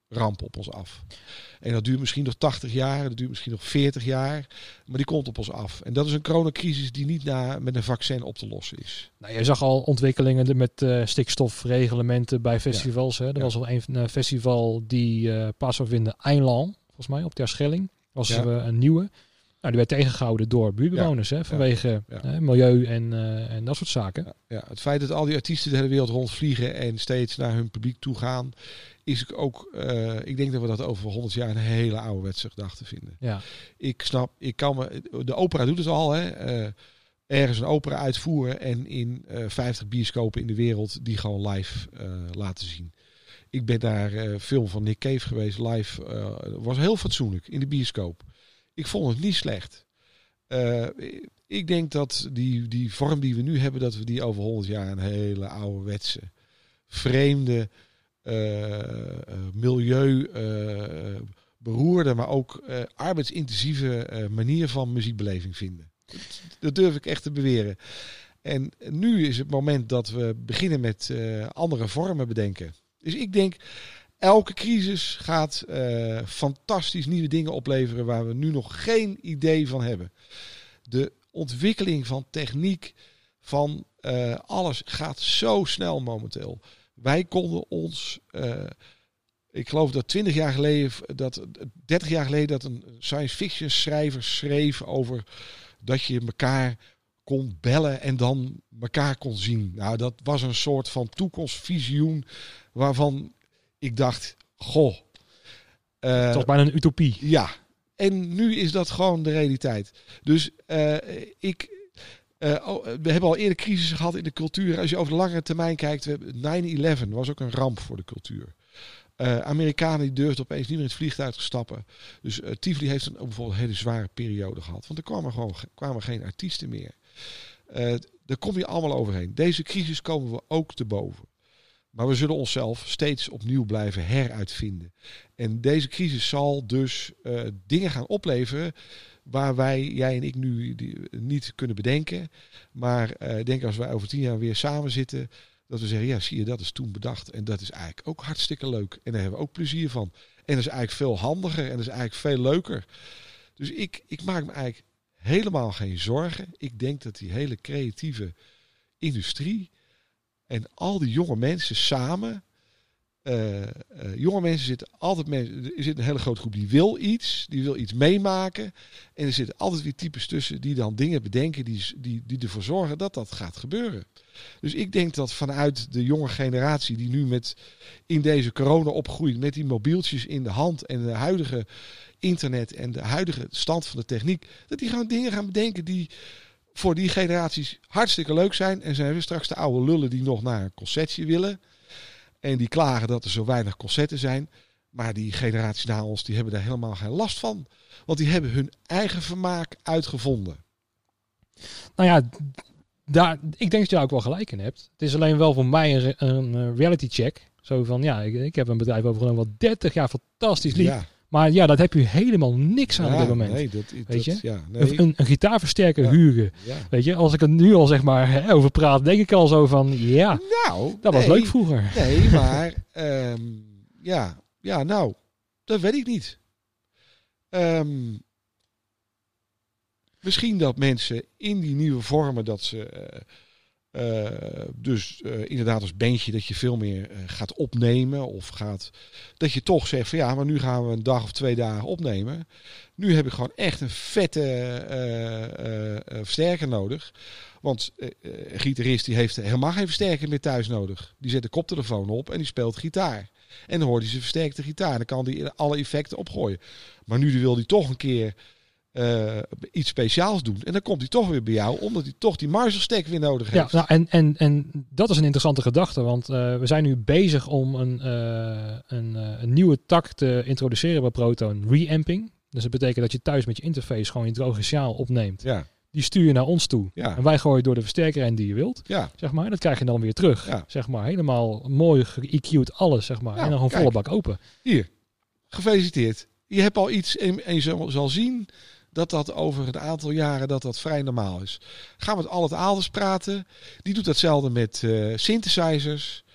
ramp op ons af. En dat duurt misschien nog tachtig jaar, dat duurt misschien nog veertig jaar, maar die komt op ons af. En dat is een coronacrisis die niet na, met een vaccin op te lossen is. Nou, je zag al ontwikkelingen met uh, stikstofreglementen bij festivals. Ja. Hè? Er ja. was al een uh, festival die uh, plaats zou vinden, Eindland, volgens mij, op Terschelling. Was ja. uh, een nieuwe. Nou, die werd tegengehouden door buurtbewoners, ja. hè, vanwege ja. Ja. Uh, milieu en, uh, en dat soort zaken. Ja. Ja. Het feit dat al die artiesten de hele wereld rondvliegen en steeds naar hun publiek toe gaan, is ook, uh, ik denk dat we dat over honderd jaar een hele ouderwetse gedachte vinden. Ja. Ik snap, ik kan me, de opera doet het al, hè. Uh, ergens een opera uitvoeren en in uh, vijftig bioscopen in de wereld die gewoon live uh, laten zien. Ik ben naar een uh, film van Nick Cave geweest, live, uh, was heel fatsoenlijk in de bioscoop. Ik vond het niet slecht. Uh, ik denk dat die, die vorm die we nu hebben, dat we die over honderd jaar een hele ouderwetse, vreemde, uh, uh, milieu, uh, beroerde, maar ook uh, arbeidsintensieve uh, manier van muziekbeleving vinden. Dat, dat durf ik echt te beweren. En nu is het moment dat we beginnen met uh, andere vormen bedenken. Dus ik denk, elke crisis gaat uh, fantastisch nieuwe dingen opleveren waar we nu nog geen idee van hebben. De ontwikkeling van techniek, van uh, alles gaat zo snel momenteel. Wij konden ons, uh, ik geloof dat twintig jaar geleden, dat dertig jaar geleden dat een science fiction schrijver schreef over dat je elkaar kon bellen en dan elkaar kon zien. Nou, dat was een soort van toekomstvisioen waarvan ik dacht, goh. Uh, het was bijna een utopie. Ja, en nu is dat gewoon de realiteit. Dus uh, ik, uh, oh, we hebben al eerder crisissen gehad in de cultuur. Als je over de langere termijn kijkt, nine eleven was ook een ramp voor de cultuur. Uh, Amerikanen die durfden opeens niet meer in het vliegtuig te stappen. Dus uh, Tivoli heeft een, bijvoorbeeld een hele zware periode gehad. Want er kwamen gewoon kwamen geen artiesten meer. Uh, daar kom je allemaal overheen. Deze crisis komen we ook te boven. Maar we zullen onszelf steeds opnieuw blijven heruitvinden. En deze crisis zal dus uh, dingen gaan opleveren waar wij, jij en ik nu die, niet kunnen bedenken. Maar ik uh, denk als wij over tien jaar weer samen zitten, dat we zeggen, ja, zie je, dat is toen bedacht. En dat is eigenlijk ook hartstikke leuk. En daar hebben we ook plezier van. En dat is eigenlijk veel handiger en dat is eigenlijk veel leuker. Dus ik, ik maak me eigenlijk helemaal geen zorgen. Ik denk dat die hele creatieve industrie en al die jonge mensen samen. Uh, uh, jonge mensen zitten altijd mensen. Er zit een hele grote groep die wil iets. Die wil iets meemaken. En er zitten altijd weer types tussen die dan dingen bedenken. Die, die, die ervoor zorgen dat dat gaat gebeuren. Dus ik denk dat vanuit de jonge generatie die nu met in deze corona opgroeit. Met die mobieltjes in de hand. En de huidige internet. En de huidige stand van de techniek. Dat die gaan dingen gaan bedenken die voor die generaties hartstikke leuk zijn. En zijn we straks de oude lullen die nog naar een concertje willen. En die klagen dat er zo weinig concerten zijn. Maar die generaties na ons, die hebben daar helemaal geen last van. Want die hebben hun eigen vermaak uitgevonden. Nou ja, daar, ik denk dat je daar ook wel gelijk in hebt. Het is alleen wel voor mij een, een reality check. Zo van, ja, ik, ik heb een bedrijf overgenomen wat dertig jaar fantastisch liep. Ja. Maar ja, dat heb je helemaal niks aan ja, op dit moment. Nee, dat, weet dat, je? Ja, nee. Een, een gitaarversterker ja, huren. Ja. Weet je, als ik er nu al zeg maar hè, over praat, denk ik al zo van, ja, nou, dat nee, was leuk vroeger. Nee, maar um, ja, ja, nou, dat weet ik niet. Um, misschien dat mensen in die nieuwe vormen dat ze uh, Uh, dus uh, inderdaad als bandje dat je veel meer uh, gaat opnemen of gaat dat je toch zegt van ja, maar nu gaan we een dag of twee dagen opnemen. Nu heb ik gewoon echt een vette uh, uh, uh, versterker nodig. Want uh, uh, een gitarist die heeft helemaal geen versterker meer thuis nodig. Die zet de koptelefoon op en die speelt gitaar. En dan hoort hij zijn versterkte gitaar. Dan kan hij alle effecten opgooien. Maar nu wil hij toch een keer Uh, iets speciaals doen. En dan komt hij toch weer bij jou, omdat hij toch die Marshall stack weer nodig heeft. Ja, nou, en, en, en dat is een interessante gedachte, want uh, we zijn nu bezig om een, uh, een, uh, een nieuwe tak te introduceren bij Proton, reamping. Dus dat betekent dat je thuis met je interface gewoon je droogsignaal opneemt. Ja. Die stuur je naar ons toe. Ja. En wij gooien door de versterker heen die je wilt. Ja. Zeg maar. Dat krijg je dan weer terug. Ja. Zeg maar. Helemaal mooi ge-E Q'd alles, zeg maar. Ja, en dan gewoon kijk, volle bak open. Hier, gefeliciteerd. Je hebt al iets en, en je zal, zal zien dat dat over een aantal jaren dat dat vrij normaal is. Gaan we met Allet Aalders praten. Die doet datzelfde met uh, synthesizers.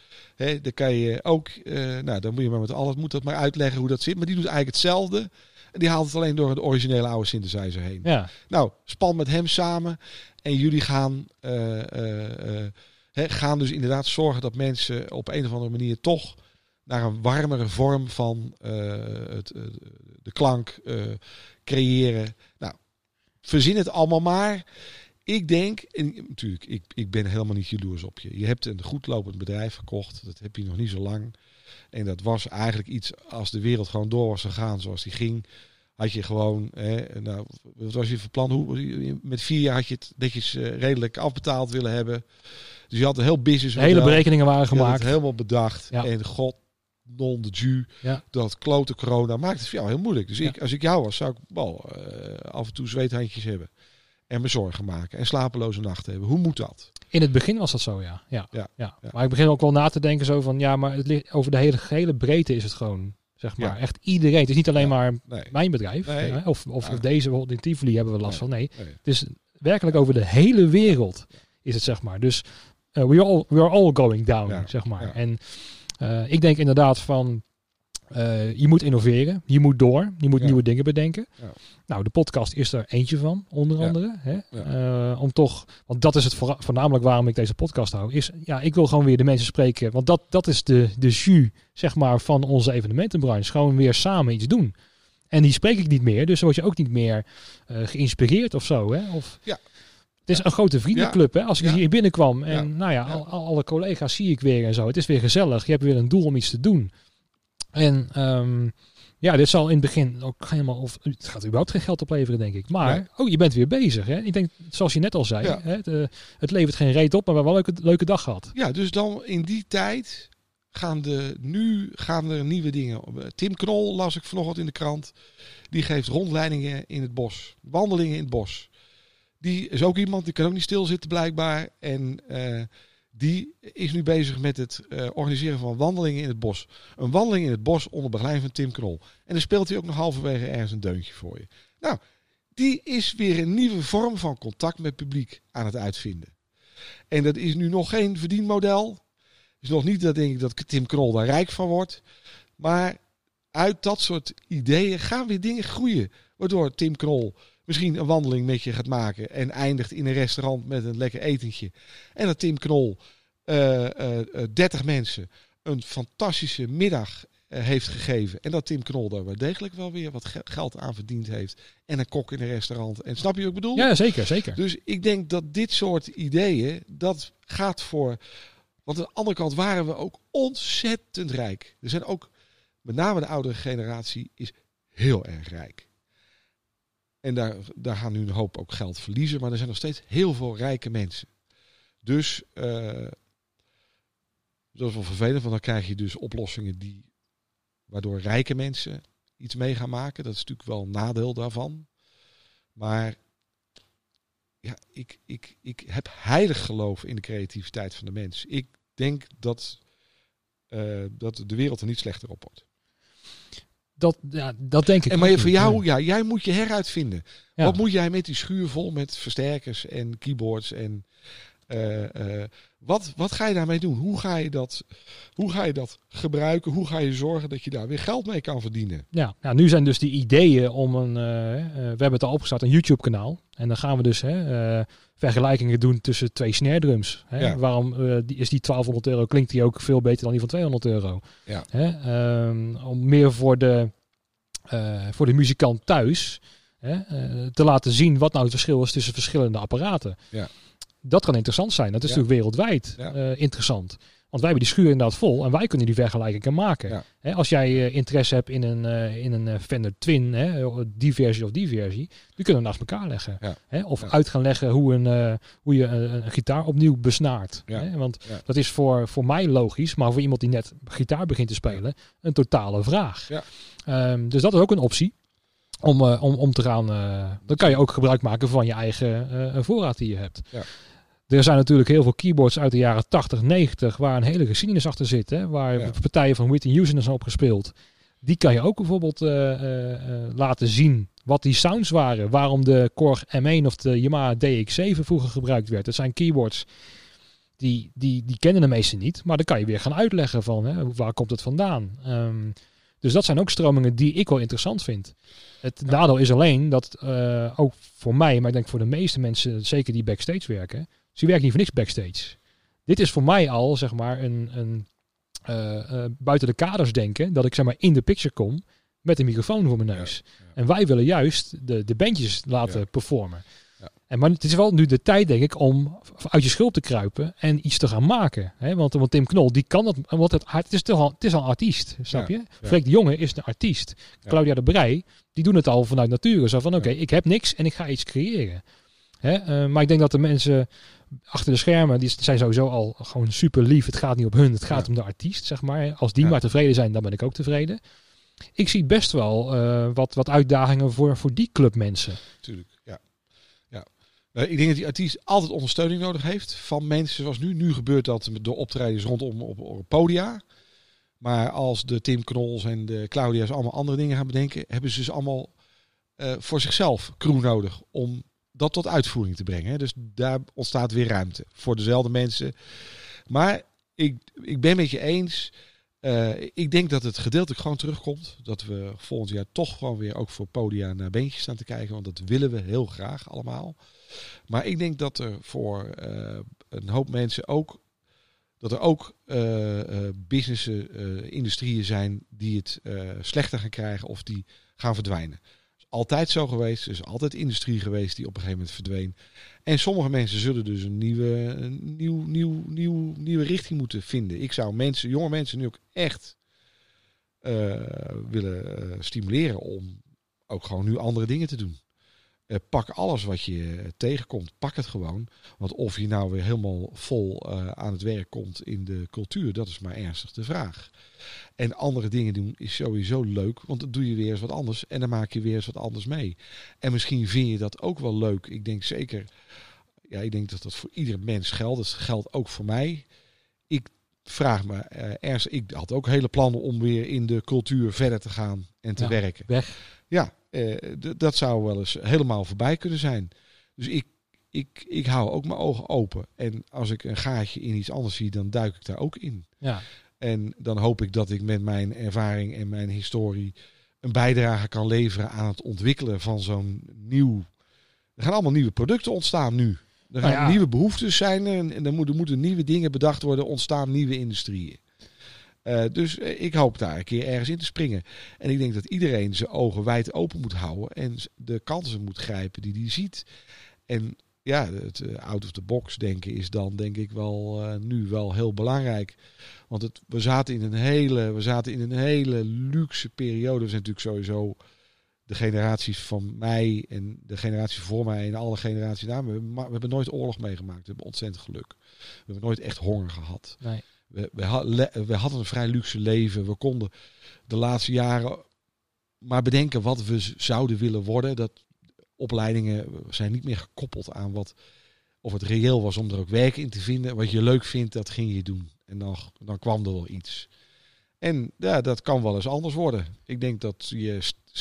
Hè, dan kan je ook, uh, nou dan moet je maar met alles, moet dat maar uitleggen hoe dat zit. Maar die doet eigenlijk hetzelfde. En die haalt het alleen door de originele oude synthesizer heen. Ja. Nou, span met hem samen. En jullie gaan, uh, uh, uh, he, gaan dus inderdaad zorgen dat mensen op een of andere manier toch naar een warmere vorm van uh, het, uh, de klank uh, creëren. Nou, verzin het allemaal maar. Ik denk, en natuurlijk, ik, ik ben helemaal niet jaloers op je. Je hebt een goed lopend bedrijf verkocht. Dat heb je nog niet zo lang. En dat was eigenlijk iets, als de wereld gewoon door was gegaan zoals die ging, had je gewoon, hè, nou, wat was je van plan? Hoe, met vier jaar had je het netjes uh, redelijk afbetaald willen hebben. Dus je had een heel business. De hele berekeningen waren gemaakt. Het helemaal bedacht. Ja. En god, non de ju, ja. dat klote corona maakt het voor jou heel moeilijk. Dus ja. ik, als ik jou was, zou ik wel uh, af en toe zweethandjes hebben. En me zorgen maken. En slapeloze nachten hebben. Hoe moet dat? In het begin was dat zo, ja. Ja, ja. ja. ja. Maar ik begin ook wel na te denken zo van, ja, maar het ligt, over de hele gehele breedte is het gewoon, zeg maar. Ja. Echt iedereen. Het is niet alleen ja. maar nee. mijn bedrijf. Nee. Hè? Of, of, ja. of deze, bijvoorbeeld in Tivoli hebben we last nee. van. Nee. nee, het is werkelijk over de hele wereld is het, zeg maar. Dus uh, we, are all, we are all going down, ja. zeg maar. Ja. En uh, ik denk inderdaad van, Uh, je moet innoveren, je moet door, je moet ja. nieuwe dingen bedenken. Ja. Nou, de podcast is er eentje van, onder ja. andere. Hè? Ja. Uh, om toch, want dat is het voor, voornamelijk waarom ik deze podcast hou, is, ja, ik wil gewoon weer de mensen spreken, want dat, dat is de, de jus, zeg maar, van onze evenementenbranche. Gewoon weer samen iets doen. En die spreek ik niet meer, dus dan word je ook niet meer uh, geïnspireerd of zo. Hè? Of, ja. Het is een grote vriendenclub, ja. hè? Als ik ja. hier binnenkwam en ja. nou ja, ja. Al, alle collega's zie ik weer en zo. Het is weer gezellig, je hebt weer een doel om iets te doen. En um, ja, dit zal in het begin ook helemaal, of het gaat überhaupt geen geld opleveren, denk ik. Maar, ja. oh, je bent weer bezig. Hè? Ik denk, zoals je net al zei, ja. hè, het, uh, het levert geen reet op, maar we hebben wel een leuke, leuke dag gehad. Ja, dus dan in die tijd gaan de, nu gaan er nieuwe dingen. Tim Knol, las ik vanochtend in de krant, die geeft rondleidingen in het bos. Wandelingen in het bos. Die is ook iemand, die kan ook niet stilzitten blijkbaar. En uh, die is nu bezig met het uh, organiseren van wandelingen in het bos. Een wandeling in het bos onder begeleiding van Tim Knol. En dan speelt hij ook nog halverwege ergens een deuntje voor je. Nou, die is weer een nieuwe vorm van contact met publiek aan het uitvinden. En dat is nu nog geen verdienmodel. Is nog niet dat denk ik dat Tim Knol daar rijk van wordt. Maar uit dat soort ideeën gaan weer dingen groeien. Waardoor Tim Knol misschien een wandeling met je gaat maken en eindigt in een restaurant met een lekker etentje. En dat Tim Knol uh, uh, uh, dertig mensen een fantastische middag uh, heeft gegeven. En dat Tim Knol daar wel degelijk wel weer wat ge- geld aan verdiend heeft. En een kok in een restaurant. En snap je wat ik bedoel? Ja, zeker, zeker. Dus ik denk dat dit soort ideeën, dat gaat voor... Want aan de andere kant waren we ook ontzettend rijk. Er zijn ook, met name de oudere generatie, is heel erg rijk. En daar, daar gaan nu een hoop ook geld verliezen. Maar er zijn nog steeds heel veel rijke mensen. Dus uh, dat is wel vervelend. Want dan krijg je dus oplossingen die, waardoor rijke mensen iets mee gaan maken. Dat is natuurlijk wel een nadeel daarvan. Maar ja, ik, ik, ik heb heilig geloof in de creativiteit van de mens. Ik denk dat, uh, dat de wereld er niet slechter op wordt. Dat, ja, dat denk ik. En maar voor jou, ja, jij moet je heruitvinden. Ja. Wat moet jij met die schuur vol met versterkers en keyboards en uh, uh, wat, wat ga je daarmee doen? Hoe ga je dat, hoe ga je dat gebruiken? Hoe ga je zorgen dat je daar weer geld mee kan verdienen? Ja, nou, nu zijn dus die ideeën om een, uh, uh, we hebben het al opgestart, een YouTube kanaal. En dan gaan we dus hè, uh, vergelijkingen doen tussen twee snare drums. Hè? Ja. Waarom uh, die, is die twaalfhonderd euro, klinkt die ook veel beter dan die van tweehonderd euro. Ja. Hè? Um, om meer voor de, uh, voor de muzikant thuis hè, uh, te laten zien wat nou het verschil is tussen verschillende apparaten. Ja. Dat kan interessant zijn. Dat is ja. natuurlijk wereldwijd ja. uh, interessant. Want wij hebben die schuur inderdaad vol en wij kunnen die vergelijkingen maken. Ja. Hè, als jij uh, interesse hebt in een, uh, in een uh, Fender Twin, hè, die versie of die versie, die kunnen we naast elkaar leggen. Ja. Hè, of ja. uit gaan leggen hoe, een, uh, hoe je een, een gitaar opnieuw besnaart. Ja. Hè, want ja. dat is voor, voor mij logisch, maar voor iemand die net gitaar begint te spelen, een totale vraag. Ja. Um, dus dat is ook een optie. Om, uh, om, om te gaan, uh, dan kan je ook gebruik maken van je eigen uh, voorraad die je hebt. Ja. Er zijn natuurlijk heel veel keyboards uit de jaren tachtig, negentig... waar een hele geschiedenis achter zit. Hè? Waar ja. partijen van Whitney Houston zijn opgespeeld. Die kan je ook bijvoorbeeld uh, uh, uh, laten zien wat die sounds waren. Waarom de Korg M één of de Yamaha D X zeven vroeger gebruikt werd. Dat zijn keyboards die, die, die kennen de meesten niet. Maar dan kan je weer gaan uitleggen van, hè, waar komt het vandaan? Um, dus dat zijn ook stromingen die ik wel interessant vind. Het ja. nadeel is alleen dat, uh, ook voor mij, maar ik denk voor de meeste mensen, zeker die backstage werken, ze werken niet voor niks backstage. Dit is voor mij al, zeg maar, een, een uh, uh, buiten de kaders denken, dat ik, zeg maar, in de picture kom met een microfoon voor mijn neus. Ja, ja. En wij willen juist de, de bandjes laten ja. performen. Ja. En maar het is wel nu de tijd, denk ik, om uit je schulp te kruipen en iets te gaan maken. Hè? Want, want Tim Knol, die kan dat, want het, het, is, toch al, het is al een artiest, snap je? Ja. Ja. Freek de Jonge is een artiest. Ja. Claudia de Breij, die doen het al vanuit nature. Zo van, oké, okay, ja. ik heb niks en ik ga iets creëren. Hè? Uh, maar ik denk dat de mensen achter de schermen, die zijn sowieso al gewoon super lief. Het gaat niet op hun, het gaat ja. om de artiest, zeg maar. Als die ja. maar tevreden zijn, dan ben ik ook tevreden. Ik zie best wel uh, wat, wat uitdagingen voor, voor die clubmensen. Tuurlijk, ja. ja. Uh, ik denk dat die artiest altijd ondersteuning nodig heeft van mensen zoals nu. Nu gebeurt dat door optredens rondom op, op podia. Maar als de Tim Knols en de Claudia's allemaal andere dingen gaan bedenken, hebben ze dus allemaal uh, voor zichzelf crew nodig om dat tot uitvoering te brengen. Hè. Dus daar ontstaat weer ruimte voor dezelfde mensen. Maar ik, ik ben met je eens. Uh, ik denk dat het gedeeltelijk gewoon terugkomt. Dat we volgend jaar toch gewoon weer ook voor podia naar beentjes staan te kijken. Want dat willen we heel graag allemaal. Maar ik denk dat er voor uh, een hoop mensen ook, dat er ook uh, uh, businessen, uh, industrieën zijn die het uh, slechter gaan krijgen of die gaan verdwijnen. Altijd zo geweest. Er is altijd industrie geweest die op een gegeven moment verdween. En sommige mensen zullen dus een nieuwe, een nieuw, nieuw, nieuw, nieuwe richting moeten vinden. Ik zou mensen, jonge mensen nu ook echt uh, willen uh, stimuleren om ook gewoon nu andere dingen te doen. Uh, pak alles wat je tegenkomt. Pak het gewoon. Want of je nou weer helemaal vol uh, aan het werk komt in de cultuur, dat is maar ernstig de vraag. En andere dingen doen is sowieso leuk, want dan doe je weer eens wat anders en dan maak je weer eens wat anders mee. En misschien vind je dat ook wel leuk. Ik denk zeker, ja, ik denk dat dat voor ieder mens geldt. Dat geldt ook voor mij. Ik vraag me uh, ernstig, ik had ook hele plannen om weer in de cultuur verder te gaan en te ja, werken. Weg. Ja, uh, d- dat zou wel eens helemaal voorbij kunnen zijn. Dus ik, ik, ik hou ook mijn ogen open. En als ik een gaatje in iets anders zie, dan duik ik daar ook in. Ja. En dan hoop ik dat ik met mijn ervaring en mijn historie een bijdrage kan leveren aan het ontwikkelen van zo'n nieuw. Er gaan allemaal nieuwe producten ontstaan nu. Er gaan nou ja. nieuwe behoeftes zijn en, en er, moeten, er moeten nieuwe dingen bedacht worden, ontstaan nieuwe industrieën. Uh, dus uh, ik hoop daar een keer ergens in te springen. En ik denk dat iedereen zijn ogen wijd open moet houden en de kansen moet grijpen die hij ziet. En ja, het uh, out of the box denken is dan denk ik wel uh, nu wel heel belangrijk. Want het, we zaten in een hele, we zaten in een hele luxe periode. We zijn natuurlijk sowieso de generaties van mij en de generatie voor mij en alle generaties na. We, we hebben nooit oorlog meegemaakt. We hebben ontzettend geluk. We hebben nooit echt honger gehad. Nee. We, we, we hadden een vrij luxe leven. We konden de laatste jaren maar bedenken wat we zouden willen worden. Dat opleidingen zijn niet meer gekoppeld aan wat of het reëel was om er ook werk in te vinden. Wat je leuk vindt, dat ging je doen. En dan, dan kwam er wel iets. En ja, dat kan wel eens anders worden. Ik denk dat je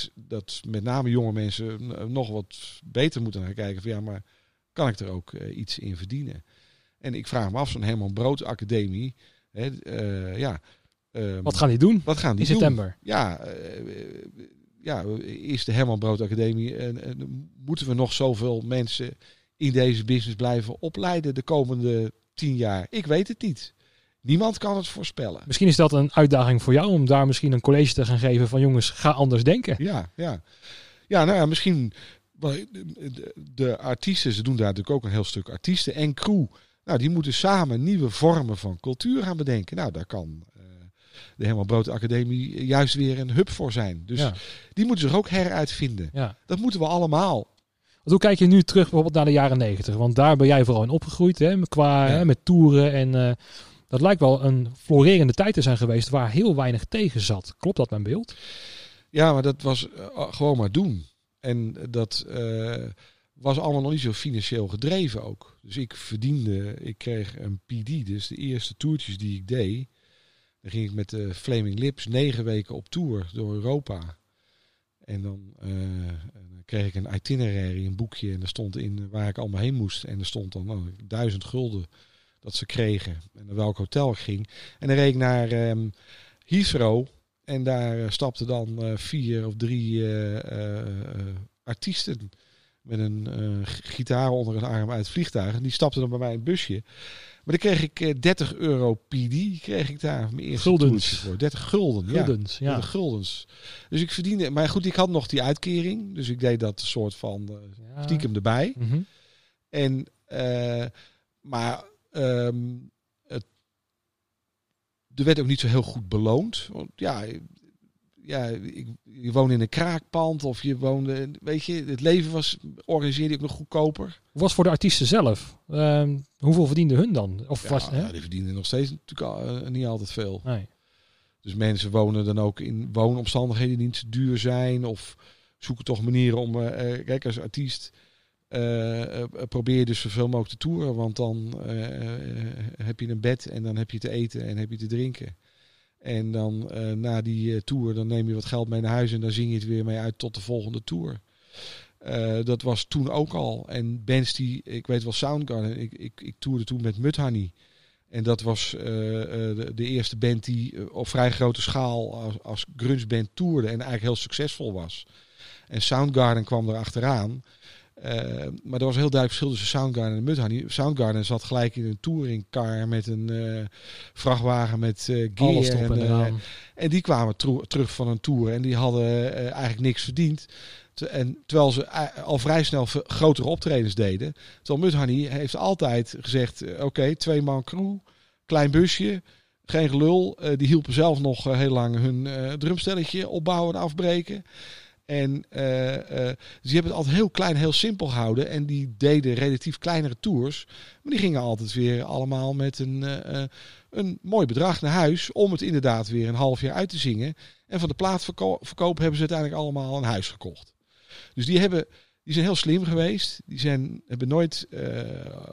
dat met name jonge mensen nog wat beter moeten gaan kijken van ja, maar kan ik er ook uh, iets in verdienen? En ik vraag me af, zo'n Herman Brood Academie. Hè, uh, ja, um, wat gaan die doen? Wat gaan die in doen? september? Ja, uh, ja, is de Herman Brood Academie. Uh, uh, moeten we nog zoveel mensen in deze business blijven opleiden de komende tien jaar? Ik weet het niet. Niemand kan het voorspellen. Misschien is dat een uitdaging voor jou om daar misschien een college te gaan geven van jongens, ga anders denken. Ja, ja. Ja, nou ja, misschien de, de artiesten, ze doen daar natuurlijk ook een heel stuk artiesten en crew. Nou, die moeten samen nieuwe vormen van cultuur gaan bedenken. Nou, daar kan uh, de Herman Brood Academie juist weer een hub voor zijn. Dus ja. die moeten zich ook heruitvinden. Ja. Dat moeten we allemaal. Want hoe kijk je nu terug bijvoorbeeld naar de jaren negentig? Want daar ben jij vooral in opgegroeid, hè, qua ja. hè, met toeren en uh, dat lijkt wel een florerende tijd te zijn geweest waar heel weinig tegen zat. Klopt dat mijn beeld? Ja, maar dat was uh, gewoon maar doen. En dat uh, was allemaal nog niet zo financieel gedreven ook. Dus ik verdiende, ik kreeg een P D, dus de eerste toertjes die ik deed. Dan ging ik met de Flaming Lips negen weken op tour door Europa. En dan, uh, dan kreeg ik een itinerary, een boekje. En er stond in waar ik allemaal heen moest. En er stond dan oh, duizend gulden. dat ze kregen. En naar welk hotel ik ging. En dan reed ik naar um, Heathrow. En daar uh, stapten dan uh, vier of drie uh, uh, artiesten met een uh, gitaar onder hun arm uit het vliegtuig. En die stapten dan bij mij in het busje. Maar dan kreeg ik uh, dertig euro P D. Kreeg ik daar mijn eerste toertje voor. dertig gulden. Guldens, ja. ja. dertig guldens. Dus ik verdiende... Maar goed, ik had nog die uitkering. Dus ik deed dat een soort van uh, ja. stiekem erbij. Mm-hmm. En... Uh, maar... Um, het, er werd ook niet zo heel goed beloond. Want ja... Ja, ik, je woonde in een kraakpand of je woonde, weet je, het leven was, organiseerde ik nog goedkoper. Hoe was voor de artiesten zelf? Uh, hoeveel verdienden hun dan? Of ja, was, hè? ja, die verdienden nog steeds natuurlijk al, uh, niet altijd veel. Nee. Dus mensen wonen dan ook in woonomstandigheden die niet zo duur zijn of zoeken toch manieren om, uh, kijk, als artiest uh, uh, probeer je dus zoveel mogelijk te toeren, want dan uh, uh, heb je een bed en dan heb je te eten en heb je te drinken. En dan uh, na die uh, tour, dan neem je wat geld mee naar huis en dan zing je het weer mee uit tot de volgende tour. Uh, dat was toen ook al. En bands die, ik weet wel Soundgarden, ik, ik, ik toerde toen met Mudhoney. En dat was uh, uh, de, de eerste band die uh, op vrij grote schaal als, als grungeband toerde en eigenlijk heel succesvol was. En Soundgarden kwam er achteraan. Uh, maar er was een heel duidelijk verschil tussen Soundgarden en Mudhoney. Soundgarden zat gelijk in een touringcar met een uh, vrachtwagen met uh, gear. En, uh, en die kwamen tro- terug van een tour en die hadden uh, eigenlijk niks verdiend. Te- en terwijl ze uh, al vrij snel v- grotere optredens deden. Terwijl Mudhoney heeft altijd gezegd, uh, oké, okay, twee man crew, klein busje, geen gelul. Uh, die hielpen zelf nog uh, heel lang hun uh, drumstelletje opbouwen en afbreken. En uh, uh, dus die hebben het altijd heel klein, heel simpel gehouden. En die deden relatief kleinere tours. Maar die gingen altijd weer allemaal met een, uh, een mooi bedrag naar huis. Om het inderdaad weer een half jaar uit te zingen. En van de plaatverkoop hebben ze uiteindelijk allemaal een huis gekocht. Dus die, hebben, die zijn heel slim geweest. Die zijn, hebben nooit uh,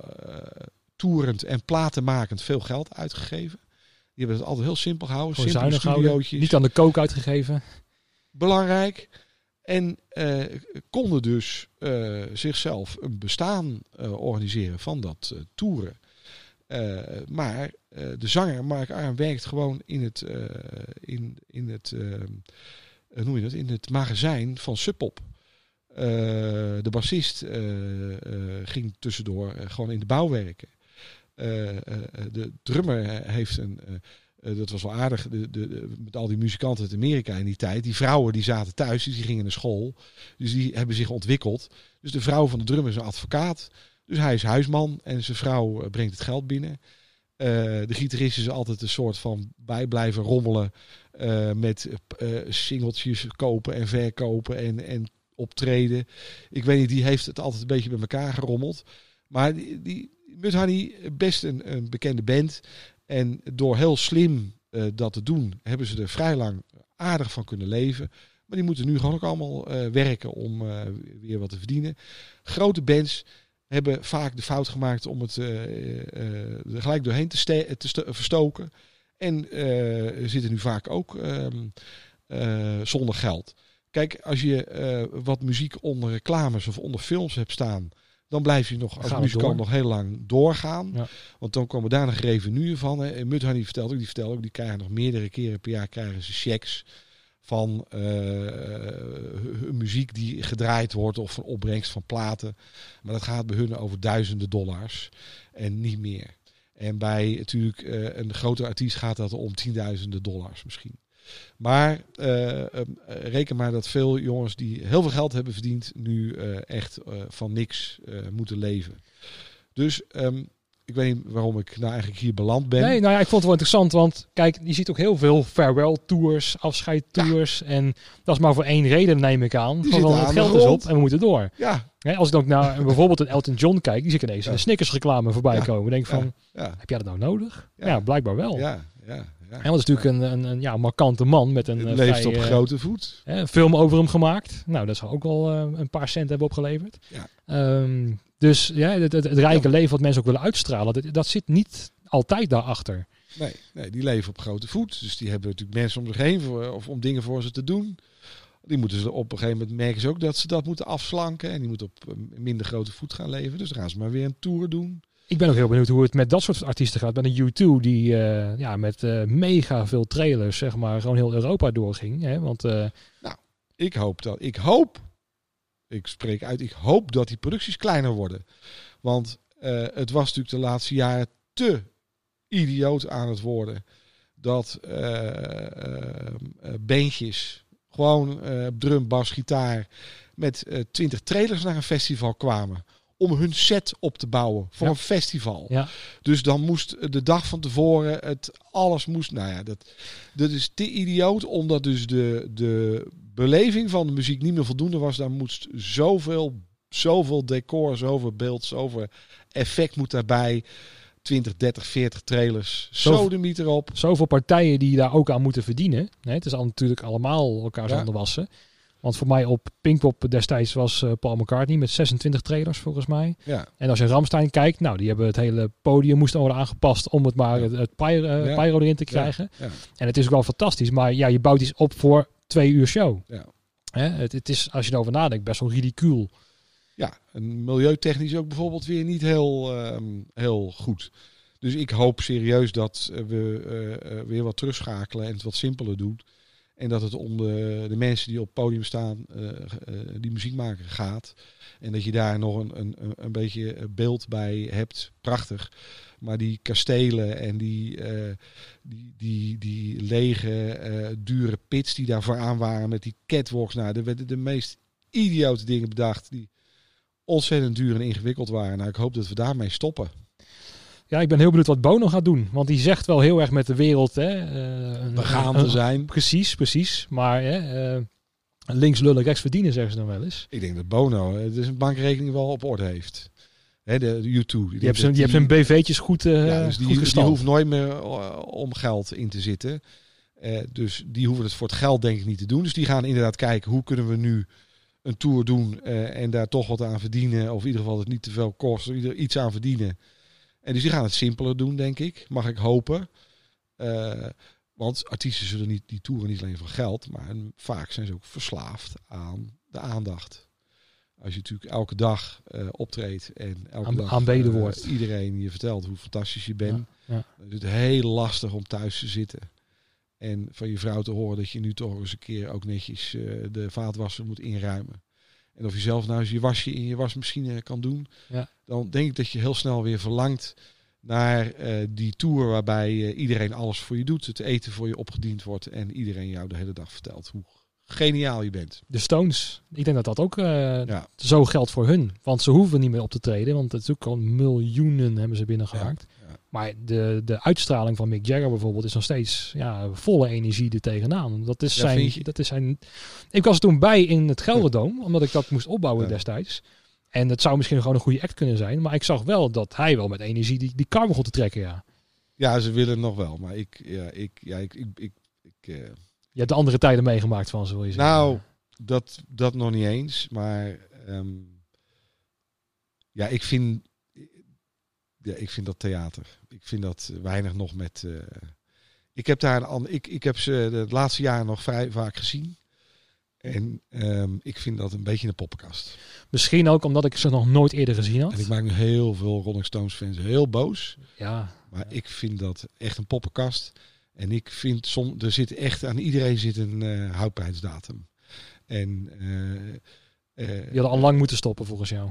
toerend en platenmakend veel geld uitgegeven. Die hebben het altijd heel simpel gehouden. Gewoon simpele studiootjes. Niet aan de kook uitgegeven. Belangrijk. En uh, konden dus uh, zichzelf een bestaan uh, organiseren van dat uh, toeren. Uh, maar uh, de zanger Mark Arm werkt gewoon in het, uh, in, in het, uh, uh, noem je dat, in het magazijn van Sub Pop. Uh, de bassist uh, uh, ging tussendoor uh, gewoon in de bouw werken. Uh, uh, de drummer heeft een... Uh, Uh, dat was wel aardig, de, de, de, met al die muzikanten uit Amerika in die tijd. Die vrouwen die zaten thuis, dus die gingen naar school. Dus die hebben zich ontwikkeld. Dus de vrouw van de drummer is een advocaat. Dus hij is huisman en zijn vrouw uh, brengt het geld binnen. Uh, de gitarist is altijd een soort van bij blijven rommelen. Uh, met uh, singeltjes kopen en verkopen en, en optreden. Ik weet niet, die heeft het altijd een beetje bij elkaar gerommeld. Maar die, die Mudhoney, best een, een bekende band. En door heel slim uh, dat te doen, hebben ze er vrij lang aardig van kunnen leven. Maar die moeten nu gewoon ook allemaal uh, werken om uh, weer wat te verdienen. Grote bands hebben vaak de fout gemaakt om het uh, uh, er gelijk doorheen te, ste- te st- verstoken. En uh, zitten nu vaak ook uh, uh, zonder geld. Kijk, als je uh, wat muziek onder reclames of onder films hebt staan, dan blijf je nog als muzikant nog heel lang doorgaan. Ja. Want dan komen daar nog revenue van. Hè. En Mudhoney vertelt ook, die vertelt ook, die krijgen nog meerdere keren per jaar krijgen ze checks van uh, muziek die gedraaid wordt of van opbrengst van platen. Maar dat gaat bij hun over duizenden dollars en niet meer. En bij natuurlijk uh, een grotere artiest gaat dat om tienduizenden dollars misschien. Maar uh, uh, reken maar dat veel jongens die heel veel geld hebben verdiend, nu uh, echt uh, van niks uh, moeten leven. Dus um, ik weet niet waarom ik nou eigenlijk hier beland ben. Nee, nou ja, ik vond het wel interessant, want kijk, je ziet ook heel veel farewell tours, afscheidtours. Ja. En dat is maar voor één reden, neem ik aan. Van wel, het geld is op en we moeten door. Ja. Hè, als ik ook naar bijvoorbeeld een Elton John kijk, die zie ik ineens ja. een Snickers reclame voorbij ja. komen. Ik denk van, ja. Ja. heb jij dat nou nodig? Ja, ja blijkbaar wel. Ja, ja. Ja. En dat is natuurlijk een, een, een ja, markante man met een... Het leeft vrij, op uh, grote voet. Hè, een film over hem gemaakt. Nou, dat zou ook wel uh, een paar cent hebben opgeleverd. Ja. Um, dus ja, het, het, het rijke ja. leven wat mensen ook willen uitstralen, dat, dat zit niet altijd daarachter. Nee, nee, die leven op grote voet. Dus die hebben natuurlijk mensen om zich heen voor, of om dingen voor ze te doen. Die moeten ze op een gegeven moment merken ze ook dat ze dat moeten afslanken. En die moeten op minder grote voet gaan leven. Dus dan gaan ze maar weer een tour doen. Ik ben ook heel benieuwd hoe het met dat soort artiesten gaat. Met een U twee die uh, ja, met uh, mega veel trailers, zeg maar, gewoon heel Europa doorging. Hè? Want, uh, nou, ik hoop dat. Ik hoop, ik spreek uit, ik hoop dat die producties kleiner worden. Want uh, het was natuurlijk de laatste jaren te idioot aan het worden. Dat uh, uh, uh, bandjes, gewoon uh, drum, bas, gitaar, met uh, twintig trailers naar een festival kwamen. Om hun set op te bouwen voor ja. een festival. Ja. Dus dan moest de dag van tevoren het alles moest. Nou ja, dat, dat is te idioot, omdat dus de, de beleving van de muziek niet meer voldoende was. Daar moest zoveel, zoveel decor, zoveel beeld, zoveel effect moet daarbij. twintig, dertig, veertig trailers. Zo de meter op. Zoveel partijen die daar ook aan moeten verdienen. Nee, het is al natuurlijk allemaal elkaar zonder ja. wassen. Want voor mij op Pinkpop destijds was uh, Paul McCartney met zesentwintig trailers volgens mij. Ja. En als je Rammstein kijkt, nou die hebben het hele podium moest worden aangepast om het maar ja. het, het pyro, uh, ja. pyro erin te krijgen. Ja. Ja. En het is ook wel fantastisch, maar ja, je bouwt iets op voor twee uur show. Ja. Hè? Het, het is, als je erover nadenkt, best wel ridicuul. Ja, en milieutechnisch ook bijvoorbeeld weer niet heel, um, heel goed. Dus ik hoop serieus dat we uh, uh, weer wat terugschakelen en het wat simpeler doen. En dat het om de, de mensen die op het podium staan, uh, uh, die muziek maken, gaat. En dat je daar nog een, een, een beetje beeld bij hebt. Prachtig. Maar die kastelen en die, uh, die, die, die lege, uh, dure pits die daarvoor aan waren met die catwalks. Nou, er werden de meest idiote dingen bedacht die ontzettend duur en ingewikkeld waren. Nou, ik hoop dat we daarmee stoppen. Ja, ik ben heel benieuwd wat Bono gaat doen. Want die zegt wel heel erg met de wereld... Hè, uh, begaan te zijn. Precies, precies. Maar hè, uh, links lullen, rechts verdienen, zeggen ze dan wel eens. Ik denk dat Bono uh, dus een bankrekening wel op orde heeft. Hè, de, de U twee. Die, die heeft zijn, die zijn B V'tjes goed uh, ja, dus die, goed die hoeft nooit meer uh, om geld in te zitten. Uh, dus die hoeven het voor het geld denk ik niet te doen. Dus die gaan inderdaad kijken hoe kunnen we nu een tour doen uh, en daar toch wat aan verdienen. Of in ieder geval het niet te veel kost, iets aan verdienen. En dus die gaan het simpeler doen, denk ik. Mag ik hopen. Uh, want artiesten zullen niet, die toeren niet alleen voor geld. Maar vaak zijn ze ook verslaafd aan de aandacht. Als je natuurlijk elke dag uh, optreedt en elke aan, dag aanbeden uh, wordt. Iedereen je vertelt hoe fantastisch je bent. Ja, ja. Dan is het heel lastig om thuis te zitten. En van je vrouw te horen dat je nu toch eens een keer ook netjes uh, de vaatwasser moet inruimen. En of je zelf nou eens je wasje in je wasmachine kan doen. Ja. Dan denk ik dat je heel snel weer verlangt naar uh, die tour waarbij uh, iedereen alles voor je doet. Het eten voor je opgediend wordt en iedereen jou de hele dag vertelt hoe geniaal je bent. De Stones, ik denk dat dat ook uh, ja. zo geldt voor hun. Want ze hoeven niet meer op te treden, want het is ook al miljoenen hebben ze binnengehaakt. Ja. Ja. Maar de, de uitstraling van Mick Jagger bijvoorbeeld is nog steeds ja, volle energie er tegenaan. Dat is, ja, zijn, dat is zijn... Ik was er toen bij in het Gelderdoom, omdat ik dat moest opbouwen ja. destijds. En het zou misschien gewoon een goede act kunnen zijn. Maar ik zag wel dat hij wel met energie die, die kar begon te trekken, ja. Ja, ze willen nog wel. Maar ik... Ja, ik, ja, ik, ik, ik, ik uh... Je hebt de andere tijden meegemaakt van ze, wil je zeggen. Nou, dat, dat nog niet eens. Maar... Um, ja, ik vind... Ja, ik vind dat theater. Ik vind dat weinig nog met... Uh, ik heb daar een ander... Ik, ik heb ze de laatste jaren nog vrij vaak gezien. En um, ik vind dat een beetje een poppenkast. Misschien ook omdat ik ze nog nooit eerder gezien had. En ik maak nu heel veel Rolling Stones fans heel boos. Ja. Maar ja. ik vind dat echt een poppenkast. En ik vind, som, er zit echt aan iedereen zit een uh, houdbaarheidsdatum. En uh, uh, die hadden al lang moeten stoppen volgens jou.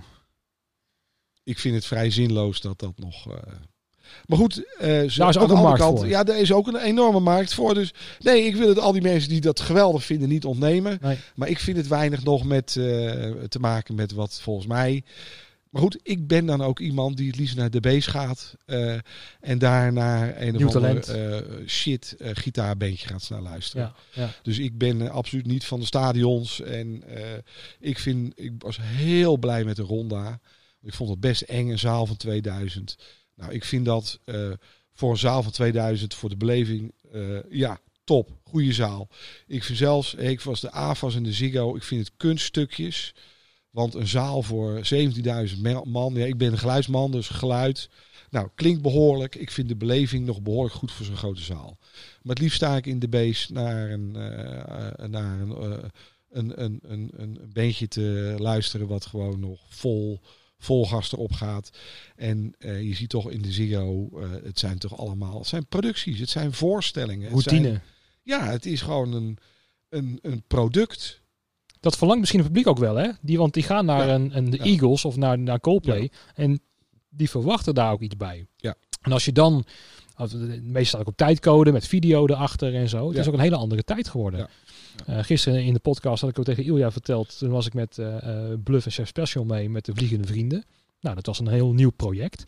Ik vind het vrij zinloos dat dat nog... Uh, Maar goed, uh, daar is ook een markt kant, voor. Ja, daar is ook een enorme markt voor. Dus nee, ik wil het al die mensen die dat geweldig vinden niet ontnemen. Nee. Maar ik vind het weinig nog met uh, te maken met wat volgens mij... Maar goed, ik ben dan ook iemand die het liefst naar de beest gaat. Uh, en daar naar een of andere uh, shit uh, gitaarbeentje gaat naar luisteren. Ja, ja. Dus ik ben uh, absoluut niet van de stadions. En uh, ik, vind, ik was heel blij met de Ronda. Ik vond het best eng, een zaal van tweeduizend. Nou, ik vind dat uh, voor een zaal van tweeduizend, voor de beleving, uh, ja, top. Goede zaal. Ik vind zelfs, ik was de A F A S en de Ziggo, ik vind het kunststukjes. Want een zaal voor zeventienduizend man, ja, ik ben een geluidsman, dus geluid. Nou, klinkt behoorlijk. Ik vind de beleving nog behoorlijk goed voor zo'n grote zaal. Maar het liefst sta ik in de beest naar een, uh, naar een, uh, een, een, een, een beentje te luisteren wat gewoon nog vol... vol gas erop gaat. En uh, je ziet toch in de Ziggo, uh, het zijn toch allemaal, het zijn producties, het zijn voorstellingen. Routine. Het zijn, ja, het is gewoon een, een, een product. Dat verlangt misschien het publiek ook wel, hè? Die, want die gaan naar Ja. een, een de Ja. Eagles of naar, naar Coldplay. Ja. En die verwachten daar ook iets bij. Ja. En als je dan, meestal staat ook op tijdcode met video erachter en zo. Het Ja. is ook een hele andere tijd geworden. Ja. Uh, gisteren in de podcast had ik ook tegen Ilja verteld. Toen was ik met uh, uh, Bluff en Chef Special mee met de Vliegende Vrienden. Nou, dat was een heel nieuw project.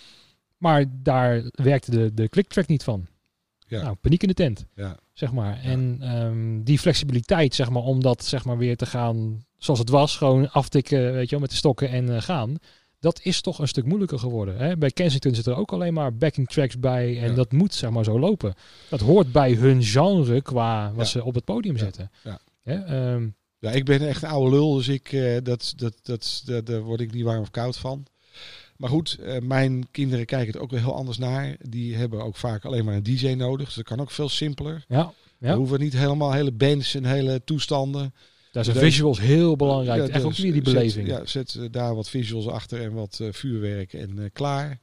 Maar daar werkte de, de clicktrack niet van. Ja. Nou, paniek in de tent, Ja. zeg maar. Ja. En um, die flexibiliteit, zeg maar, om dat zeg maar weer te gaan zoals het was, gewoon aftikken, weet je wel, met de stokken en uh, gaan. Dat is toch een stuk moeilijker geworden. Hè? Bij Kensington zit er ook alleen maar backing tracks bij en Ja. dat moet zeg maar zo lopen. Dat hoort bij hun genre qua wat Ja. ze op het podium Ja. zetten. Ja. Hè? Um, Ja, ik ben echt een oude lul, dus ik, uh, dat, dat, dat, dat, daar word ik niet warm of koud van. Maar goed, uh, mijn kinderen kijken er ook weer heel anders naar. Die hebben ook vaak alleen maar een D J nodig. Dus dat kan ook veel simpeler. ja, We ja. hoeven niet helemaal hele bands en hele toestanden. Daar zijn Deze- visuals heel belangrijk. Ja, Echt ook dus weer die zet- beleving. ja, zet uh, daar wat visuals achter en wat uh, vuurwerk en uh, klaar.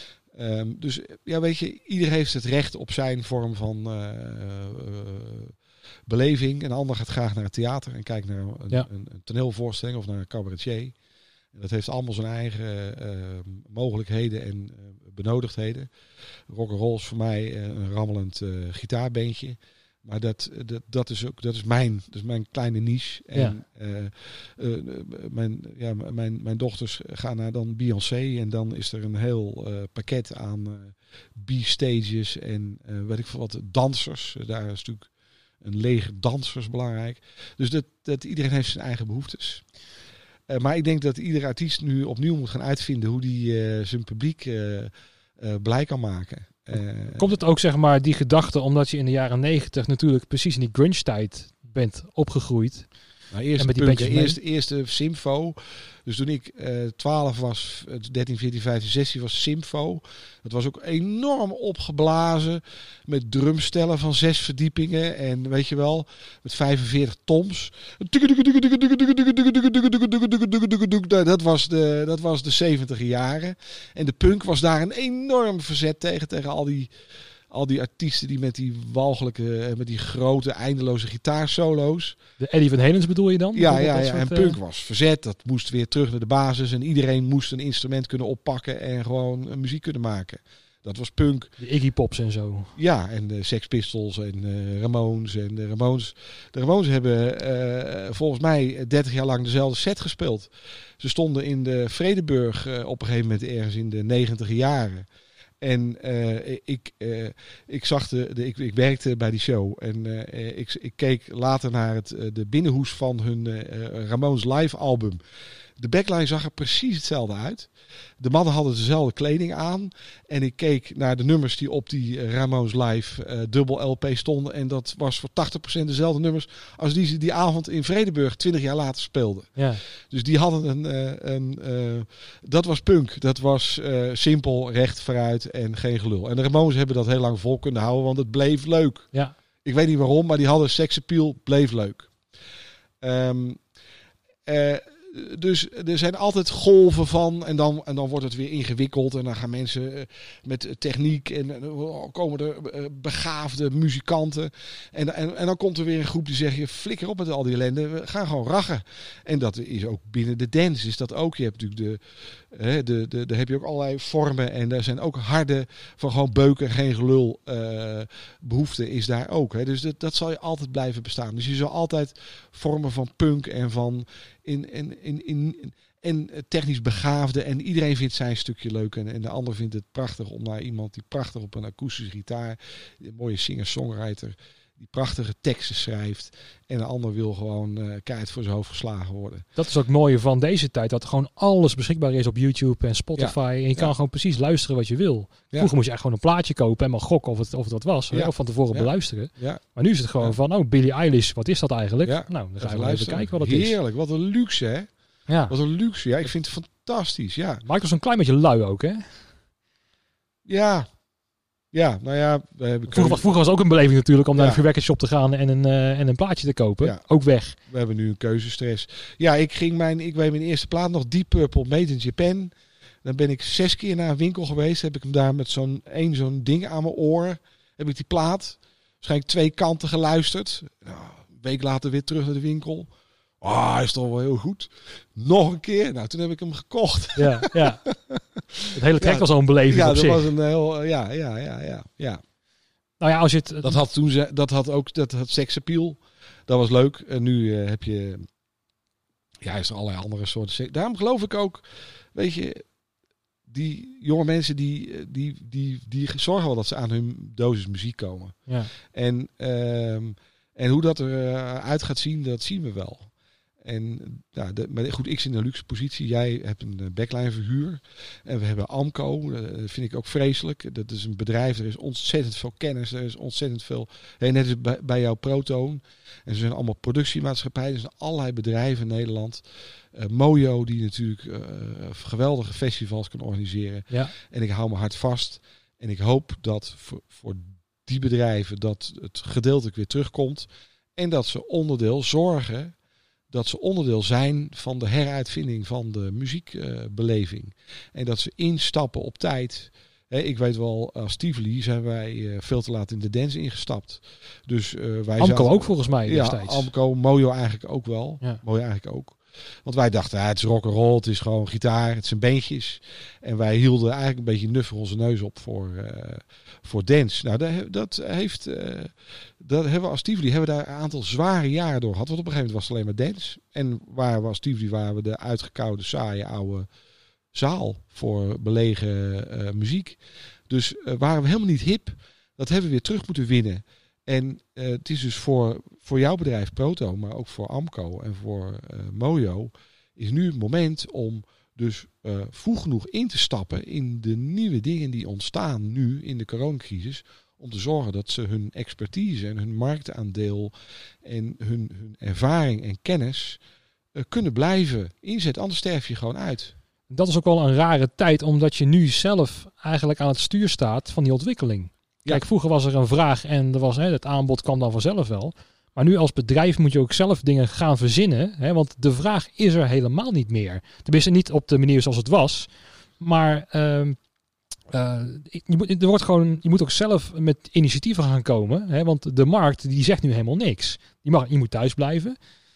Um, dus ja, weet je, ieder heeft het recht op zijn vorm van uh, uh, beleving. En de ander gaat graag naar het theater en kijkt naar een, Ja. een, een toneelvoorstelling of naar een cabaretier. En dat heeft allemaal zijn eigen uh, mogelijkheden en uh, benodigdheden. Rock'n'roll is voor mij uh, een rammelend uh, gitaarbeentje. Maar dat, dat, dat is ook dat is mijn, dat is mijn kleine niche. En Ja. uh, uh, mijn, ja, mijn, mijn dochters gaan naar dan Beyoncé. En dan is er een heel uh, pakket aan uh, B-stages en uh, weet ik veel wat, dansers. Uh, daar is natuurlijk een leger dansers belangrijk. Dus dat, dat iedereen heeft zijn eigen behoeftes. Uh, maar ik denk dat iedere artiest nu opnieuw moet gaan uitvinden hoe die uh, zijn publiek uh, uh, blij kan maken. Uh, Komt het ook, zeg maar, die gedachte, omdat je in de jaren negentig natuurlijk precies in die grunge-tijd bent opgegroeid. Nou, eerst En met die punk, bandjes mee? eerst, eerste Symfo. Dus toen ik uh, twaalf was, dertien, veertien, vijftien, zestien was Symfo. Dat was ook enorm opgeblazen. Met drumstellen van zes verdiepingen. En weet je wel, met vijfenveertig toms. Dat was de, dat was de zeventig jaren. En de punk was daar een enorm verzet tegen. Tegen al die... Al die artiesten die met die walgelijke, met die grote, eindeloze gitaarsolo's. De Eddie Van Halens bedoel je dan? Ja, ja, Dat ja. soort, En punk was verzet. Dat moest weer terug naar de basis. En iedereen moest een instrument kunnen oppakken en gewoon muziek kunnen maken. Dat was punk. De Iggy Pops en zo. Ja, en de Sex Pistols en uh, Ramones. En de Ramones, de Ramones hebben uh, volgens mij dertig jaar lang dezelfde set gespeeld. Ze stonden in de Vredeburg uh, op een gegeven moment ergens in de negentig jaren. En uh, ik, uh, ik zag de, de ik, ik werkte bij die show en uh, ik, ik keek later naar het, uh, de binnenhoes van hun uh, Ramones live album. De backline zag er precies hetzelfde uit. De mannen hadden dezelfde kleding aan. En ik keek naar de nummers die op die Ramones live uh, dubbel L P stonden. En dat was voor tachtig procent dezelfde nummers als die ze die avond in Vredeburg twintig jaar later speelden. Ja. Dus die hadden een... Uh, een uh, dat was punk. Dat was uh, simpel, recht, vooruit en geen gelul. En de Ramones hebben dat heel lang vol kunnen houden, want het bleef leuk. Ja. Ik weet niet waarom, maar die hadden seksappeal, bleef leuk. Um, uh, Dus er zijn altijd golven van en dan, en dan wordt het weer ingewikkeld en dan gaan mensen met techniek en dan komen er begaafde muzikanten en, en, en dan komt er weer een groep die zegt, je flikker op met al die ellende, we gaan gewoon raggen. En dat is ook binnen de dance, is dat ook. Je hebt natuurlijk de, hè, de, de, de heb je ook allerlei vormen en er zijn ook harde van gewoon beuken, geen gelul uh, behoefte is daar ook. Hè. Dus dat, dat zal je altijd blijven bestaan. Dus je zal altijd vormen van punk en van in, in, in, in, en technisch begaafde en iedereen vindt zijn stukje leuk en, en de ander vindt het prachtig om naar iemand die prachtig op een akoestische gitaar, een mooie singer-songwriter, die prachtige teksten schrijft en de ander wil gewoon uh, keihard voor zijn hoofd geslagen worden. Dat is ook het mooie van deze tijd, dat gewoon alles beschikbaar is op YouTube en Spotify Ja. en je kan Ja. gewoon precies luisteren wat je wil. Ja. Vroeger moest je echt gewoon een plaatje kopen en maar gokken of het, of het wat was, Ja. of van tevoren Ja. beluisteren. Ja. Maar nu is het gewoon Ja. van, oh, Billie Eilish, wat is dat eigenlijk? Ja. Nou, dan gaan we Even even luisteren. kijken wat het is. Heerlijk, wat een luxe hè. Ja. Wat een luxe. Ja, ik vind het fantastisch. Ja. Michael is een klein beetje lui ook, hè? Ja. Ja, nou ja. We hebben Vroeger, was, vroeger was het ook een beleving natuurlijk om Ja. naar een vuurwerkershop te gaan en een, uh, en een plaatje te kopen. Ja. Ook weg. We hebben nu een keuzestress. Ja, ik ging mijn, ik weet mijn eerste plaat nog, Deep Purple, Made in Japan. Dan ben ik zes keer naar een winkel geweest. Heb ik hem daar met zo'n één zo'n ding aan mijn oor. Heb ik die plaat waarschijnlijk twee kanten geluisterd. Nou, een week later weer terug naar de winkel. Ah, hij is toch wel heel goed. Nog een keer. Nou, toen heb ik hem gekocht. Ja, ja. Het hele trek Ja. was al een beleving Ja, op dat zich. was een heel, ja, ja, ja, ja, ja. Nou ja, als je het... Dat had toen, ze- dat had ook, dat had seksappeal. Dat was leuk. En nu uh, heb je, ja, is er allerlei andere soorten seks. Daarom geloof ik ook, weet je, die jonge mensen die, die, die, die zorgen wel dat ze aan hun dosis muziek komen. Ja. En, um, en hoe dat eruit gaat zien, dat zien we wel. En ja, de, maar goed, ik zit in een luxe positie. Jij hebt een backline verhuur. En we hebben Amco. Dat vind ik ook vreselijk. Dat is een bedrijf. Er is ontzettend veel kennis. Er is ontzettend veel. Hey, net als bij, bij jouw Protoon. En ze zijn allemaal productiemaatschappijen. Er zijn allerlei bedrijven in Nederland. Uh, Mojo, die natuurlijk uh, geweldige festivals kan organiseren. Ja. En ik hou me hard vast. En ik hoop dat voor, voor die bedrijven dat het gedeeltelijk weer terugkomt. En dat ze onderdeel zorgen. Dat ze onderdeel zijn van de heruitvinding van de muziekbeleving. Uh, en dat ze instappen op tijd. He, ik weet wel, als Tivoli zijn wij uh, veel te laat in de dance ingestapt. Dus, uh, wij Amco zaten, ook volgens mij ja, destijds. Amco, Mojo eigenlijk ook wel. Ja. Mojo eigenlijk ook. Want wij dachten, ah, het is rock'n'roll, het is gewoon gitaar, het zijn beentjes. En wij hielden eigenlijk een beetje nuffig onze neus op voor, uh, voor dance. Nou, dat, dat heeft, uh, dat hebben we als Tivoli, hebben we daar een aantal zware jaren door gehad. Want op een gegeven moment was het alleen maar dance. En waar we als Tivoli waren we de uitgekoude, saaie oude zaal voor belegen uh, muziek. Dus uh, waren we helemaal niet hip. Dat hebben we weer terug moeten winnen. En uh, het is dus voor, voor jouw bedrijf Proto, maar ook voor Amco en voor uh, Mojo, is nu het moment om dus uh, vroeg genoeg in te stappen in de nieuwe dingen die ontstaan nu in de coronacrisis. Om te zorgen dat ze hun expertise en hun marktaandeel en hun, hun ervaring en kennis uh, kunnen blijven inzetten. Anders sterf je gewoon uit. Dat is ook wel een rare tijd, omdat je nu zelf eigenlijk aan het stuur staat van die ontwikkeling. Kijk, vroeger was er een vraag en er was, hè, het aanbod kwam dan vanzelf wel. Maar nu als bedrijf moet je ook zelf dingen gaan verzinnen. Hè, want de vraag is er helemaal niet meer. Tenminste niet op de manier zoals het was. Maar uh, uh, je, moet, er wordt gewoon, je moet ook zelf met initiatieven gaan komen. Hè, want de markt die zegt nu helemaal niks. Je, mag, je moet thuis blijven.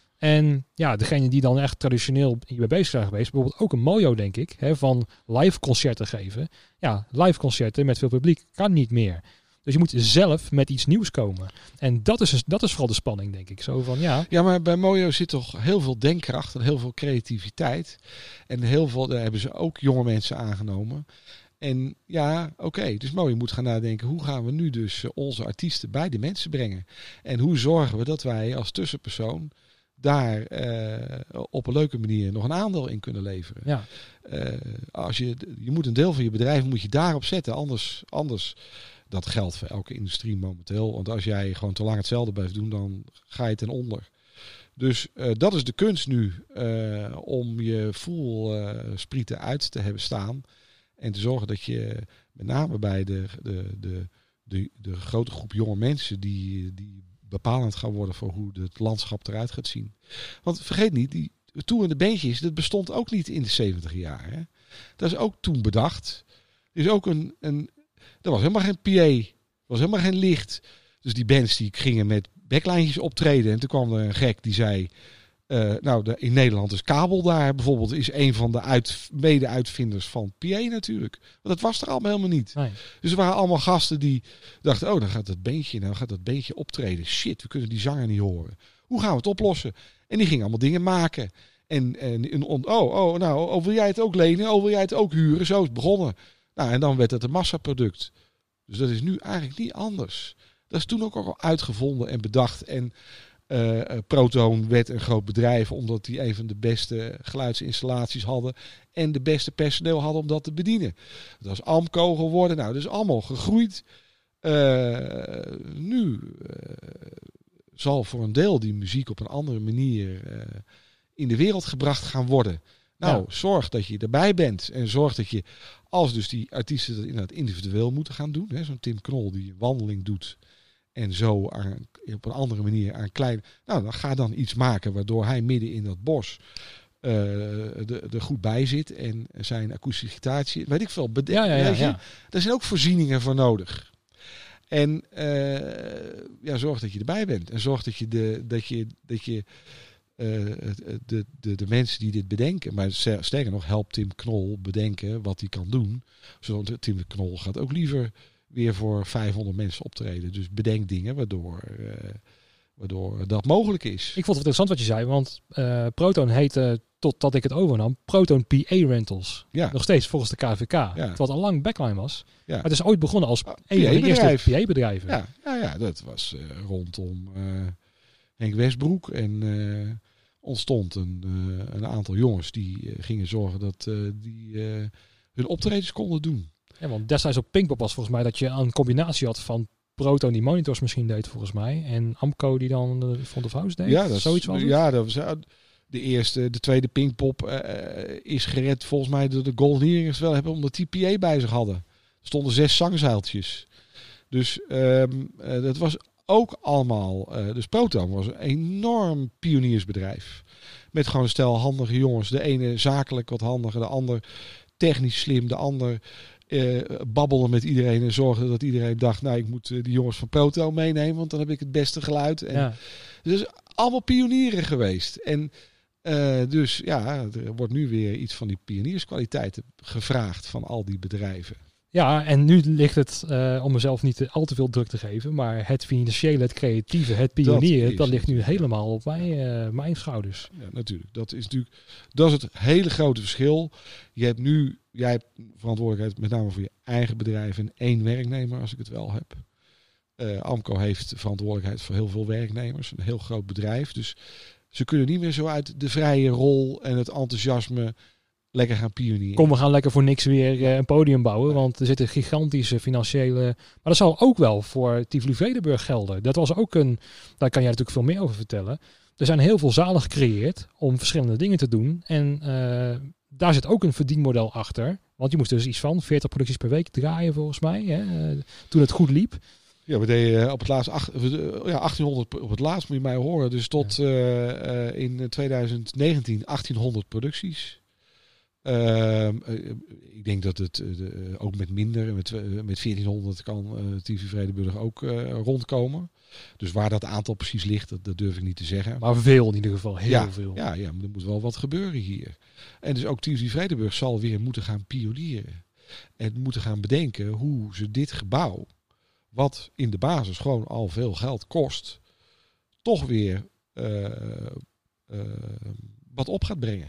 En ja, degene die dan echt traditioneel hierbij bezig zijn geweest, bijvoorbeeld ook een Mojo, denk ik, hè, van live concerten geven. Ja, live concerten met veel publiek kan niet meer. Dus je moet zelf met iets nieuws komen. En dat is, dat is vooral de spanning, denk ik. Zo van, ja. Ja, maar bij Mojo zit toch heel veel denkkracht en heel veel creativiteit. En heel veel, daar hebben ze ook jonge mensen aangenomen. En ja, oké, okay, dus Mojo moet gaan nadenken, hoe gaan we nu dus onze artiesten bij de mensen brengen? En hoe zorgen we dat wij als tussenpersoon daar uh, op een leuke manier nog een aandeel in kunnen leveren. Ja. Uh, als je, je moet een deel van je bedrijf moet je daarop zetten. Anders, anders, dat geldt voor elke industrie momenteel. Want als jij gewoon te lang hetzelfde blijft doen, dan ga je ten onder. Dus uh, dat is de kunst nu. Uh, om je full uh, sprieten uit te hebben staan. En te zorgen dat je met name bij de, de, de, de, de grote groep jonge mensen die, die bepalend gaan worden voor hoe het landschap eruit gaat zien. Want vergeet niet, die Toe en de Beentjes, dat bestond ook niet in de zeventig jaar. Hè? Dat is ook toen bedacht. Er is ook een, een, er was helemaal geen P A, er was helemaal geen licht. Dus die bands die gingen met backlijntjes optreden. En toen kwam er een gek die zei, uh, nou de, in Nederland is kabel daar bijvoorbeeld, is een van de uit, mede-uitvinders van P A natuurlijk. Want dat was er allemaal helemaal niet. Nee. Dus er waren allemaal gasten die dachten, oh dan gaat dat beentje, nou gaat dat beentje optreden. Shit, we kunnen die zanger niet horen. Hoe gaan we het oplossen? En die gingen allemaal dingen maken. En, en, en oh, oh, nou, oh, wil jij het ook lenen? Oh, wil jij het ook huren? Zo is het begonnen. Nou, en dan werd het een massaproduct. Dus dat is nu eigenlijk niet anders. Dat is toen ook al uitgevonden en bedacht. En uh, Proton werd een groot bedrijf omdat die een van de beste geluidsinstallaties hadden. En de beste personeel hadden om dat te bedienen. Dat was Amco geworden. Nou, dat is allemaal gegroeid. Uh, nu uh, zal voor een deel die muziek op een andere manier uh, in de wereld gebracht gaan worden. Nou, Ja. zorg dat je erbij bent. En zorg dat je, als dus die artiesten dat inderdaad individueel moeten gaan doen. Hè, zo'n Tim Knol die een wandeling doet. En zo aan, op een andere manier aan klein... Nou, dan ga dan iets maken waardoor hij midden in dat bos uh, er goed bij zit. En zijn akoestische gitaartje, weet ik veel. Bede- Ja, ja, ja, weet je? ja. Daar zijn ook voorzieningen voor nodig. En uh, ja, zorg dat je erbij bent. En zorg dat je de... Dat je, dat je Uh, de, de, de mensen die dit bedenken, maar sterker nog, helpt Tim Knol bedenken wat hij kan doen. Zodat Tim Knol gaat ook liever weer voor vijfhonderd mensen optreden. Dus bedenk dingen waardoor, uh, waardoor dat mogelijk is. Ik vond het interessant wat je zei, want uh, Proton heette, totdat ik het overnam, Proton P A Rentals. Ja. Nog steeds volgens de K V K. Ja. Terwijl het al lang backline was. Ja. Maar het is ooit begonnen als uh, een van de P A-bedrijf. eerste P A-bedrijven. Ja, ja, ja, dat was uh, rondom uh, Henk Westbroek en... Uh, ontstond een, uh, een aantal jongens die uh, gingen zorgen dat uh, die uh, hun optredens konden doen. Ja, want destijds op Pinkpop was volgens mij dat je een combinatie had van Proton die monitors misschien deed volgens mij en Amco die dan de Front of House deed. Ja, dat zoiets was het? Ja, dat was uh, de eerste, de tweede Pinkpop uh, is gered volgens mij door de Golden Earrings wel hebben omdat die P A bij zich hadden. Er stonden zes zangzuiltjes. Dus um, uh, dat was ook allemaal, uh, dus Proton was een enorm pioniersbedrijf. Met gewoon een stel handige jongens. De ene zakelijk wat handiger, de ander technisch slim, de ander uh, babbelde met iedereen en zorgde dat iedereen dacht, nou ik moet uh, die jongens van Proton meenemen, want dan heb ik het beste geluid. En Ja. Dus allemaal pionieren geweest. En uh, dus ja, er wordt nu weer iets van die pionierskwaliteiten gevraagd van al die bedrijven. Ja, en nu ligt het, uh, om mezelf niet te, al te veel druk te geven, maar het financiële, het creatieve, het pionieren, dat, dat ligt nu helemaal op mij, uh, mijn schouders. Ja, natuurlijk. Dat is natuurlijk, dat is het hele grote verschil. Je hebt nu, jij hebt verantwoordelijkheid met name voor je eigen bedrijf en één werknemer, als ik het wel heb. Uh, Amco heeft verantwoordelijkheid voor heel veel werknemers, een heel groot bedrijf. Dus ze kunnen niet meer zo uit de vrije rol en het enthousiasme lekker gaan pionieren. Kom, we gaan lekker voor niks weer uh, een podium bouwen, Nee. want er zitten gigantische financiële... Maar dat zal ook wel voor Tivoli-Vredenburg gelden. Dat was ook een... Daar kan jij natuurlijk veel meer over vertellen. Er zijn heel veel zalen gecreëerd om verschillende dingen te doen. En uh, daar zit ook een verdienmodel achter. Want je moest dus iets van veertig producties per week draaien volgens mij. Hè, uh, toen het goed liep. Ja, we deden op het laatst acht, ja, achttienhonderd op het laatst, moet je mij horen. Dus tot ja. uh, uh, in twintig negentien achttienhonderd producties. Uh, uh, ik denk dat het uh, uh, ook met minder, met, uh, met veertienhonderd kan uh, Tivoli-Vredenburg ook uh, rondkomen. Dus waar dat aantal precies ligt, dat, dat durf ik niet te zeggen. Maar veel in ieder geval, heel ja, veel. Ja, ja, maar er moet wel wat gebeuren hier. En dus ook Tivoli-Vredenburg zal weer moeten gaan pionieren. En moeten gaan bedenken hoe ze dit gebouw, wat in de basis gewoon al veel geld kost, toch weer uh, uh, wat op gaat brengen.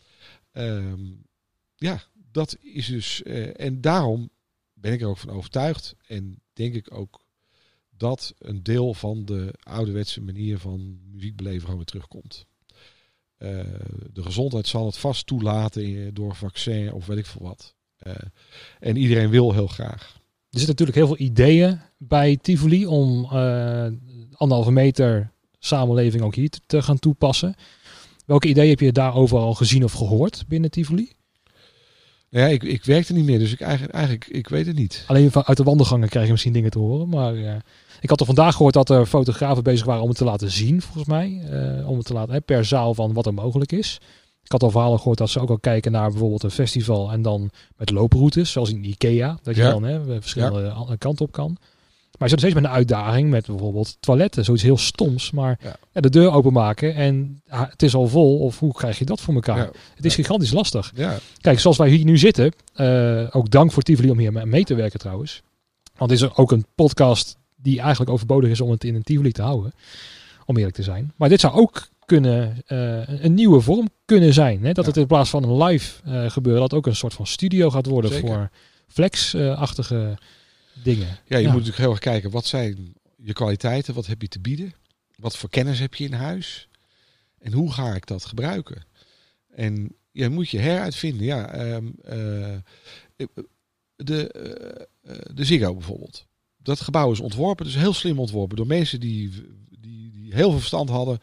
Um, ja, dat is dus... Uh, en daarom ben ik er ook van overtuigd. En denk ik ook dat een deel van de ouderwetse manier van muziek beleven gewoon weer terugkomt. Uh, de gezondheid zal het vast toelaten door vaccin of weet ik veel wat. Uh, en iedereen wil heel graag. Er zitten natuurlijk heel veel ideeën bij Tivoli om uh, anderhalve meter samenleving ook hier te, te gaan toepassen. Welke ideeën heb je daarover al gezien of gehoord binnen Tivoli? Nou ja, ik, ik werkte niet meer, dus ik eigenlijk, eigenlijk ik weet het niet. Alleen uit de wandelgangen krijg je misschien dingen te horen. Maar uh, ik had er vandaag gehoord dat er fotografen bezig waren om het te laten zien, volgens mij. Uh, om het te laten, hè, per zaal van wat er mogelijk is. Ik had al verhalen gehoord dat ze ook al kijken naar bijvoorbeeld een festival en dan met looproutes, zoals in Ikea. Dat je ja. dan hè, verschillende ja. kanten op kan. Maar je zit steeds met een uitdaging met bijvoorbeeld toiletten. Zoiets heel stoms. Maar ja. Ja, de deur openmaken en ah, het is al vol. Of hoe krijg je dat voor elkaar? Ja. Het is ja. gigantisch lastig. Ja. Kijk, zoals wij hier nu zitten. Uh, ook dank voor Tivoli om hier mee te werken trouwens. Want het is ook een podcast die eigenlijk overbodig is om het in een Tivoli te houden. Om eerlijk te zijn. Maar dit zou ook kunnen uh, een nieuwe vorm kunnen zijn. Hè? Dat ja. het in plaats van een live uh, gebeuren, dat ook een soort van studio gaat worden. Zeker. Voor flex-achtige... Uh, dingen. Ja, je ja. moet natuurlijk heel erg kijken, wat zijn je kwaliteiten, wat heb je te bieden, wat voor kennis heb je in huis en hoe ga ik dat gebruiken. En je moet je heruitvinden. Ja, um, uh, de, uh, de Ziggo bijvoorbeeld. Dat gebouw is ontworpen, dus heel slim ontworpen door mensen die, die, die heel veel verstand hadden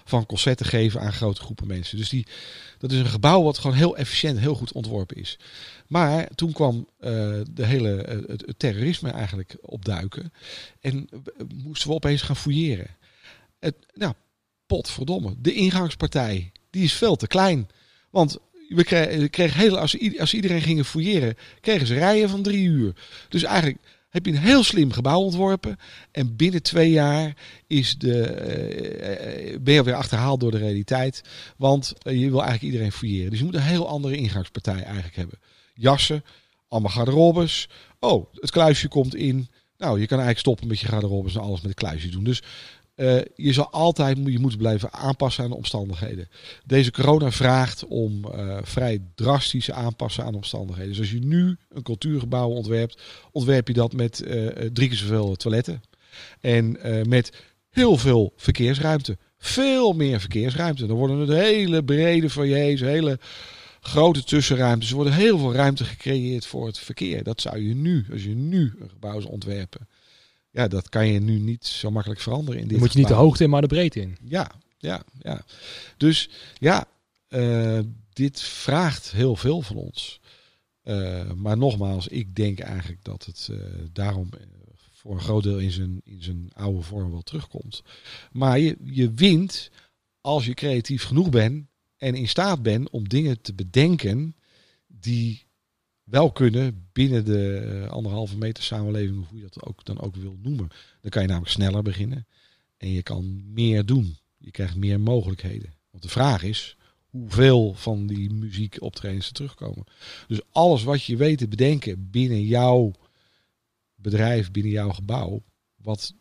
van concerten geven aan grote groepen mensen. Dus die, dat is een gebouw wat gewoon heel efficiënt, heel goed ontworpen is. Maar toen kwam uh, de hele, uh, het, het terrorisme eigenlijk opduiken. En uh, moesten we opeens gaan fouilleren. Het, nou, potverdomme. De ingangspartij, die is veel te klein. Want we kregen, we kregen hele, als, als iedereen ging fouilleren, kregen ze rijen van drie uur. Dus eigenlijk heb je een heel slim gebouw ontworpen. En binnen twee jaar is de, uh, ben je weer achterhaald door de realiteit. Want uh, je wil eigenlijk iedereen fouilleren. Dus je moet een heel andere ingangspartij eigenlijk hebben. Jassen, allemaal garderobes. Oh, het kluisje komt in. Nou, je kan eigenlijk stoppen met je garderobes en alles met het kluisje doen. Dus uh, je zal altijd je moet blijven aanpassen aan de omstandigheden. Deze corona vraagt om uh, vrij drastische aanpassen aan de omstandigheden. Dus als je nu een cultuurgebouw ontwerpt, ontwerp je dat met uh, drie keer zoveel toiletten. En uh, met heel veel verkeersruimte. Veel meer verkeersruimte. Dan worden het hele brede foyers, hele grote tussenruimtes. Er wordt heel veel ruimte gecreëerd voor het verkeer. Dat zou je nu, als je nu een gebouw zou ontwerpen. Ja, dat kan je nu niet zo makkelijk veranderen in dit Dan moet je niet de hoogte in, maar de breedte in. Ja, ja, ja. Dus ja, uh, dit vraagt heel veel van ons. Uh, maar nogmaals, ik denk eigenlijk dat het uh, daarom uh, voor een groot deel in zijn, in zijn oude vorm wel terugkomt. Maar je, je wint als je creatief genoeg bent en in staat bent om dingen te bedenken die wel kunnen binnen de anderhalve meter samenleving, hoe je dat ook, dan ook wil noemen. Dan kan je namelijk sneller beginnen en je kan meer doen. Je krijgt meer mogelijkheden. Want de vraag is hoeveel van die muziekoptredens er terugkomen. Dus alles wat je weet te bedenken binnen jouw bedrijf, binnen jouw gebouw, wat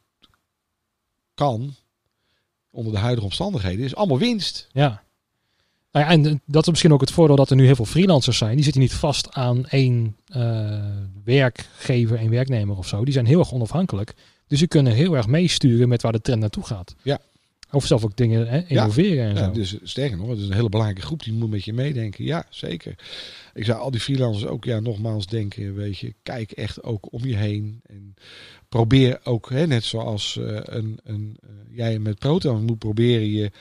kan onder de huidige omstandigheden, is allemaal winst. Ja. Nou ja, en dat is misschien ook het voordeel dat er nu heel veel freelancers zijn. Die zitten niet vast aan één uh, werkgever, één werknemer of zo. Die zijn heel erg onafhankelijk. Dus die kunnen heel erg meesturen met waar de trend naartoe gaat. Ja. Of zelf ook dingen hè, innoveren ja. en zo. Ja, dus sterker nog, het is een hele belangrijke groep die moet met je meedenken. Ja, zeker. Ik zou al die freelancers ook ja, nogmaals denken, weet je, kijk echt ook om je heen. En probeer ook, hè, net zoals uh, een, een, uh, jij met Proton moet proberen je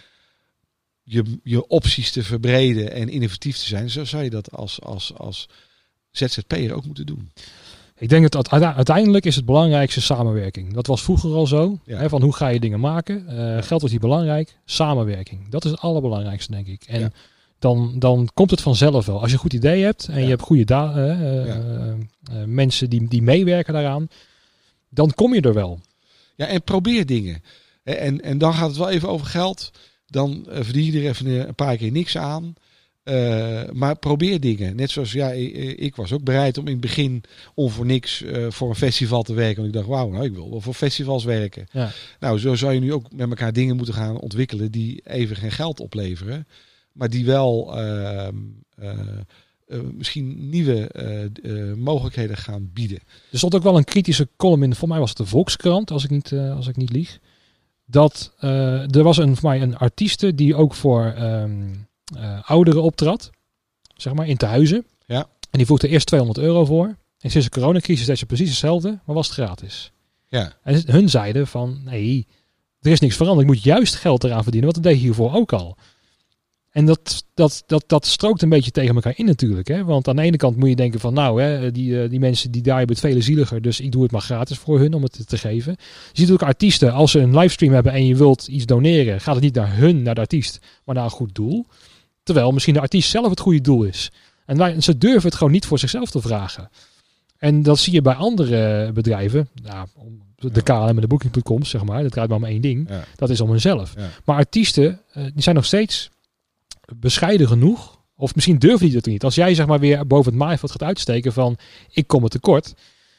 Je, je opties te verbreden en innovatief te zijn. Zo zou je dat als, als, als Z Z P'er ook moeten doen. Ik denk dat uiteindelijk is het belangrijkste samenwerking. Dat was vroeger al zo. Ja. Hè, van hoe ga je dingen maken? Uh, geld wordt niet belangrijk. Samenwerking. Dat is het allerbelangrijkste, denk ik. En ja. dan, dan komt het vanzelf wel. Als je een goed idee hebt en ja. je hebt goede da- uh, ja. uh, uh, mensen die, die meewerken daaraan, dan kom je er wel. Ja, en probeer dingen. En, en dan gaat het wel even over geld. Dan uh, verdien je er even een paar keer niks aan. Uh, maar probeer dingen. Net zoals ja, ik, ik was ook bereid om in het begin om voor niks uh, voor een festival te werken. Want ik dacht, wauw, nou, ik wil wel voor festivals werken. Ja. Nou, zo zou je nu ook met elkaar dingen moeten gaan ontwikkelen die even geen geld opleveren. Maar die wel uh, uh, uh, misschien nieuwe uh, uh, mogelijkheden gaan bieden. Er stond ook wel een kritische column in. Voor mij was het de Volkskrant, als ik niet, uh, als ik niet lieg. Dat uh, er was een, voor mij een artieste die ook voor um, uh, ouderen optrad, zeg maar, in tehuizen. Ja. En die vroeg er eerst tweehonderd euro voor. En sinds de coronacrisis deed ze precies hetzelfde, maar was het gratis. Ja. En hun zeiden van, nee, er is niks veranderd. Ik moet juist geld eraan verdienen, want dat deed je hiervoor ook al. En dat, dat, dat, dat strookt een beetje tegen elkaar in natuurlijk. Hè? Want aan de ene kant moet je denken van nou, hè, die, die mensen die daar hebben het vele zieliger. Dus ik doe het maar gratis voor hun om het te geven. Je ziet ook artiesten, als ze een livestream hebben en je wilt iets doneren, gaat het niet naar hun, naar de artiest, maar naar een goed doel. Terwijl misschien de artiest zelf het goede doel is. En wij, ze durven het gewoon niet voor zichzelf te vragen. En dat zie je bij andere bedrijven. Nou, de K L M en de Booking punt com, zeg maar. Dat draait maar om één ding. Ja. Dat is om hunzelf. Ja. Maar artiesten, die zijn nog steeds bescheiden genoeg, of misschien durven die dat niet. Als jij zeg maar weer boven het maaiveld gaat uitsteken van ik kom er tekort,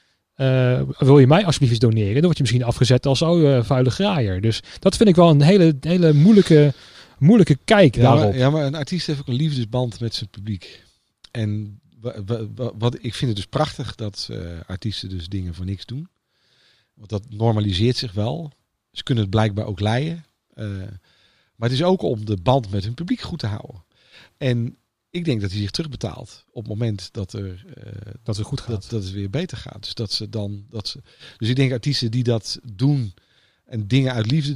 uh, wil je mij alsjeblieft eens doneren? Dan word je misschien afgezet als oh, uh, vuile graaier. Dus dat vind ik wel een hele, hele moeilijke, moeilijke kijk ja, daarop. Maar, ja, maar een artiest heeft ook een liefdesband met zijn publiek. En wat, wat ik vind het dus prachtig dat uh, artiesten dus dingen voor niks doen. Want dat normaliseert zich wel. Ze kunnen het blijkbaar ook leiden. Uh, Maar het is ook om de band met hun publiek goed te houden. En ik denk dat hij zich terugbetaalt op het moment dat er uh, dat het goed gaat, dat, dat het weer beter gaat. Dus dat ze dan dat ze. Dus ik denk artiesten die dat doen en dingen uit liefde doen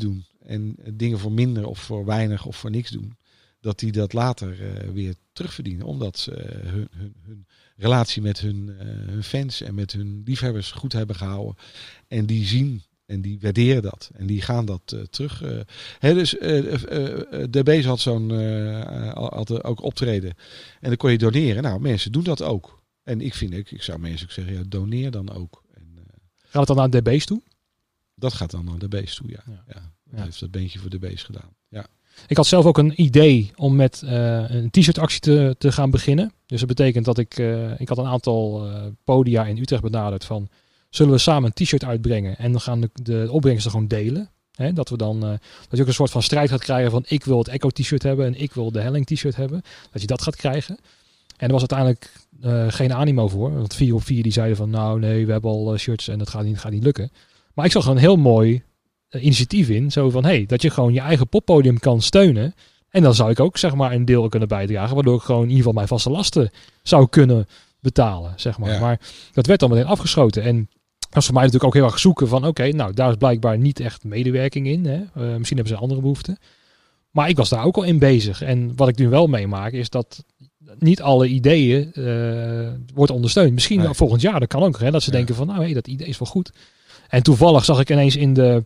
en dingen voor minder of voor weinig of voor niks doen, dat die dat later uh, weer terugverdienen. Omdat ze uh, hun, hun, hun relatie met hun, uh, hun fans en met hun liefhebbers goed hebben gehouden. En die zien en die waarderen dat. En die gaan dat uh, terug. Uh, hè, dus uh, uh, uh, D B's had zo'n uh, had ook optreden. En dan kon je doneren. Nou, mensen doen dat ook. En ik vind, ik, ik zou mensen ook zeggen, ja, doneer dan ook. En, uh, gaat het dan naar D B's toe? Dat gaat dan naar D B's toe, ja. ja. ja. Dat ja. heeft dat beentje voor D B's gedaan. Ja. Ik had zelf ook een idee om met uh, een t-shirt actie te, te gaan beginnen. Dus dat betekent dat ik, uh, ik had een aantal uh, podia in Utrecht benaderd van, zullen we samen een t-shirt uitbrengen en dan gaan de, de opbrengsten gewoon delen. Hè, dat we dan, uh, dat je ook een soort van strijd gaat krijgen van, ik wil het Echo t-shirt hebben en ik wil de Helling t-shirt hebben. Dat je dat gaat krijgen. En er was uiteindelijk uh, geen animo voor. Want vier op vier die zeiden van, nou nee, we hebben al uh, shirts en dat gaat niet, gaat niet lukken. Maar ik zag er een heel mooi uh, initiatief in. Zo van, hey, dat je gewoon je eigen poppodium kan steunen. En dan zou ik ook zeg maar een deel kunnen bijdragen. Waardoor ik gewoon in ieder geval mijn vaste lasten zou kunnen betalen. Zeg maar. Ja. Maar dat werd dan meteen afgeschoten. En dat was voor mij natuurlijk ook heel erg zoeken van, oké, okay, nou daar is blijkbaar niet echt medewerking in. Hè. Uh, misschien hebben ze andere behoeften. Maar ik was daar ook al in bezig. En wat ik nu wel meemaak is dat niet alle ideeën uh, worden ondersteund. Misschien nee. volgend jaar, dat kan ook. Hè, dat ze ja. denken van, nou hé, hey, dat idee is wel goed. En toevallig zag ik ineens in de...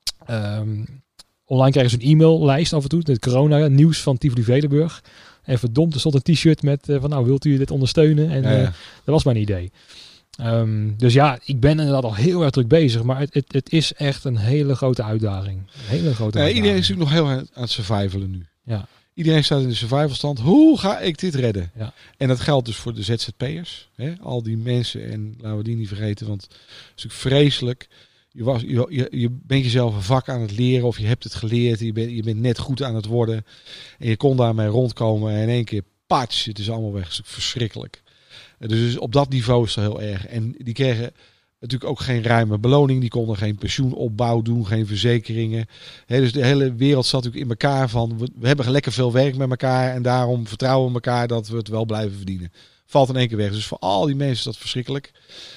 Um, online krijgen ze een e-maillijst af en toe. Het corona nieuws van Tivoli Vredenburg. En verdomd, er stond een t-shirt met uh, van nou, wilt u dit ondersteunen? En ja, ja. Uh, dat was mijn idee. Um, dus ja, ik ben inderdaad al heel erg druk bezig. Maar het, het, het is echt een hele grote uitdaging. Een hele grote ja, uitdaging. Iedereen is natuurlijk nog heel aan het survivalen nu. Ja. Iedereen staat in de survival stand. Hoe ga ik dit redden? Ja. En dat geldt dus voor de Z Z P'ers. Hè? Al die mensen. En laten we die niet vergeten. Want het is natuurlijk vreselijk. Je, was, je, je, je bent jezelf een vak aan het leren. Of je hebt het geleerd. Je bent, je bent net goed aan het worden. En je kon daarmee rondkomen. En in één keer, patsch, het is allemaal weg. Het is verschrikkelijk. Dus op dat niveau is het heel erg. En die kregen natuurlijk ook geen ruime beloning. Die konden geen pensioenopbouw doen. Geen verzekeringen. He, dus de hele wereld zat natuurlijk in elkaar van... We, we hebben lekker veel werk met elkaar. En daarom vertrouwen we elkaar dat we het wel blijven verdienen. Valt in één keer weg. Dus voor al die mensen is dat verschrikkelijk.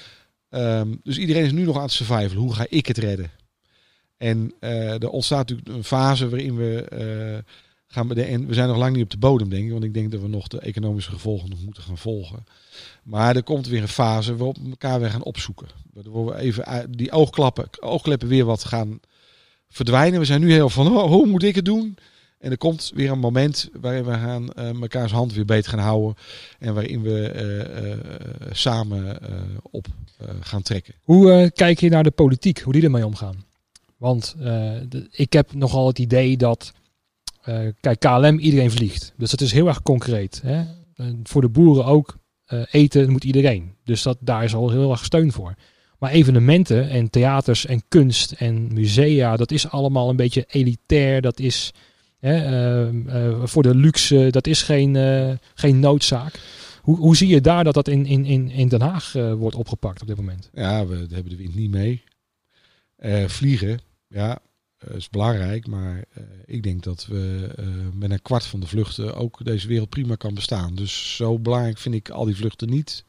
Um, dus iedereen is nu nog aan het survivalen. Hoe ga ik het redden? En uh, er ontstaat natuurlijk een fase waarin we uh, gaan bedenken. En we zijn nog lang niet op de bodem, denk ik. Want ik denk dat we nog de economische gevolgen nog moeten gaan volgen. Maar er komt weer een fase waarop we elkaar weer gaan opzoeken. Waardoor we even die oogklappen, oogkleppen weer wat gaan verdwijnen. We zijn nu heel van, oh, hoe moet ik het doen? En er komt weer een moment waarin we gaan uh, mekaars hand weer beet gaan houden. En waarin we uh, uh, samen uh, op uh, gaan trekken. Hoe uh, kijk je naar de politiek? Hoe die ermee omgaan? Want uh, de, ik heb nogal het idee dat... Uh, kijk, K L M, iedereen vliegt. Dus dat is heel erg concreet. Hè? Uh, voor de boeren ook. Uh, eten moet iedereen. Dus dat, daar is al heel erg steun voor. Maar evenementen en theaters en kunst en musea... dat is allemaal een beetje elitair. Dat is... Hè, uh, uh, voor de luxe, dat is geen, uh, geen noodzaak. Hoe, hoe zie je daar dat dat in, in, in Den Haag uh, wordt opgepakt op dit moment? Ja, we hebben de wind niet mee. Uh, vliegen, ja, uh, is belangrijk. Maar uh, ik denk dat we uh, met een kwart van de vluchten ook deze wereld prima kan bestaan. Dus zo belangrijk vind ik al die vluchten niet.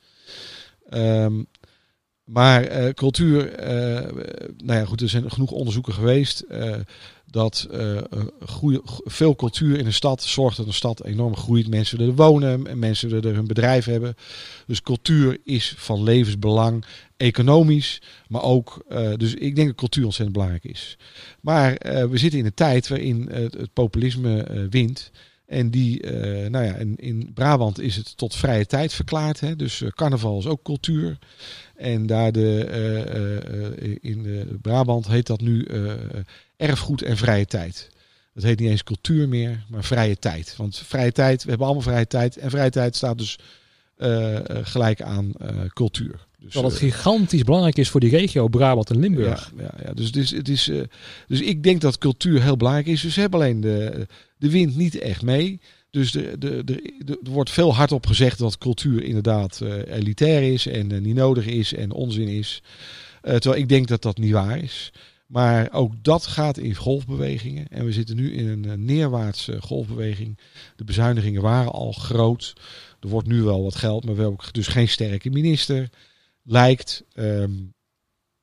Um, maar uh, cultuur, uh, nou ja goed, er zijn genoeg onderzoeken geweest... Uh, dat uh, goeie, veel cultuur in een stad zorgt dat een stad enorm groeit. Mensen willen er wonen en mensen willen er hun bedrijf hebben. Dus cultuur is van levensbelang, economisch, maar ook... Uh, dus ik denk dat cultuur ontzettend belangrijk is. Maar uh, we zitten in een tijd waarin uh, het populisme uh, wint. En die, uh, nou ja, in, in Brabant is het tot vrije tijd verklaard. Hè? Dus uh, carnaval is ook cultuur. En daar de, uh, uh, in de Brabant heet dat nu uh, erfgoed en vrije tijd. Dat heet niet eens cultuur meer, maar vrije tijd. Want vrije tijd, we hebben allemaal vrije tijd. En vrije tijd staat dus uh, gelijk aan uh, cultuur. Dus, Terwijl het gigantisch belangrijk is voor die regio Brabant en Limburg. Ja, ja, ja. Dus, het is, het is, uh, dus ik denk dat cultuur heel belangrijk is. Dus ze hebben alleen de, de wind niet echt mee. Dus de, de, de, de, er wordt veel hardop gezegd dat cultuur inderdaad uh, elitair is en uh, niet nodig is en onzin is. Uh, terwijl ik denk dat dat niet waar is. Maar ook dat gaat in golfbewegingen. En we zitten nu in een uh, neerwaartse golfbeweging. De bezuinigingen waren al groot. Er wordt nu wel wat geld, maar we hebben dus geen sterke minister. Lijkt. Um,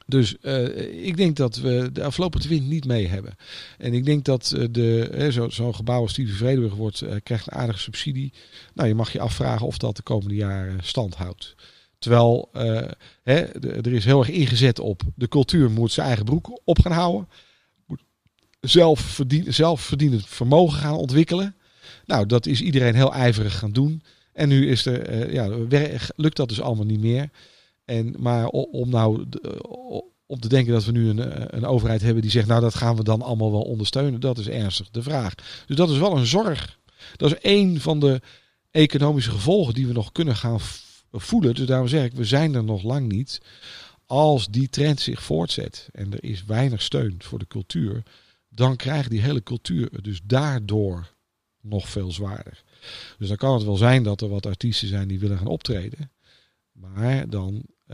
Dus uh, ik denk dat we de afgelopen wind niet mee hebben. En ik denk dat uh, de, uh, zo, zo'n gebouw als Tivoli Vredenburg wordt, uh, krijgt een aardige subsidie. Nou, je mag je afvragen of dat de komende jaren stand houdt. Terwijl uh, hè, de, er is heel erg ingezet op de cultuur moet zijn eigen broek op gaan houden. Moet zelf, verdien, zelf verdienend vermogen gaan ontwikkelen. Nou, dat is iedereen heel ijverig gaan doen. En nu is er, uh, ja, lukt dat dus allemaal niet meer. En, maar om nou om te denken dat we nu een, een overheid hebben die zegt, nou dat gaan we dan allemaal wel ondersteunen, dat is ernstig de vraag. Dus dat is wel een zorg. Dat is één van de economische gevolgen die we nog kunnen gaan voelen. Dus daarom zeg ik, we zijn er nog lang niet. Als die trend zich voortzet en er is weinig steun voor de cultuur, dan krijgt die hele cultuur dus daardoor nog veel zwaarder. Dus dan kan het wel zijn dat er wat artiesten zijn die willen gaan optreden. Maar dan uh,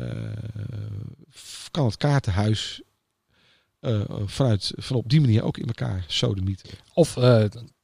kan het kaartenhuis uh, vanuit, van op die manier ook in elkaar sodemieten. Of uh,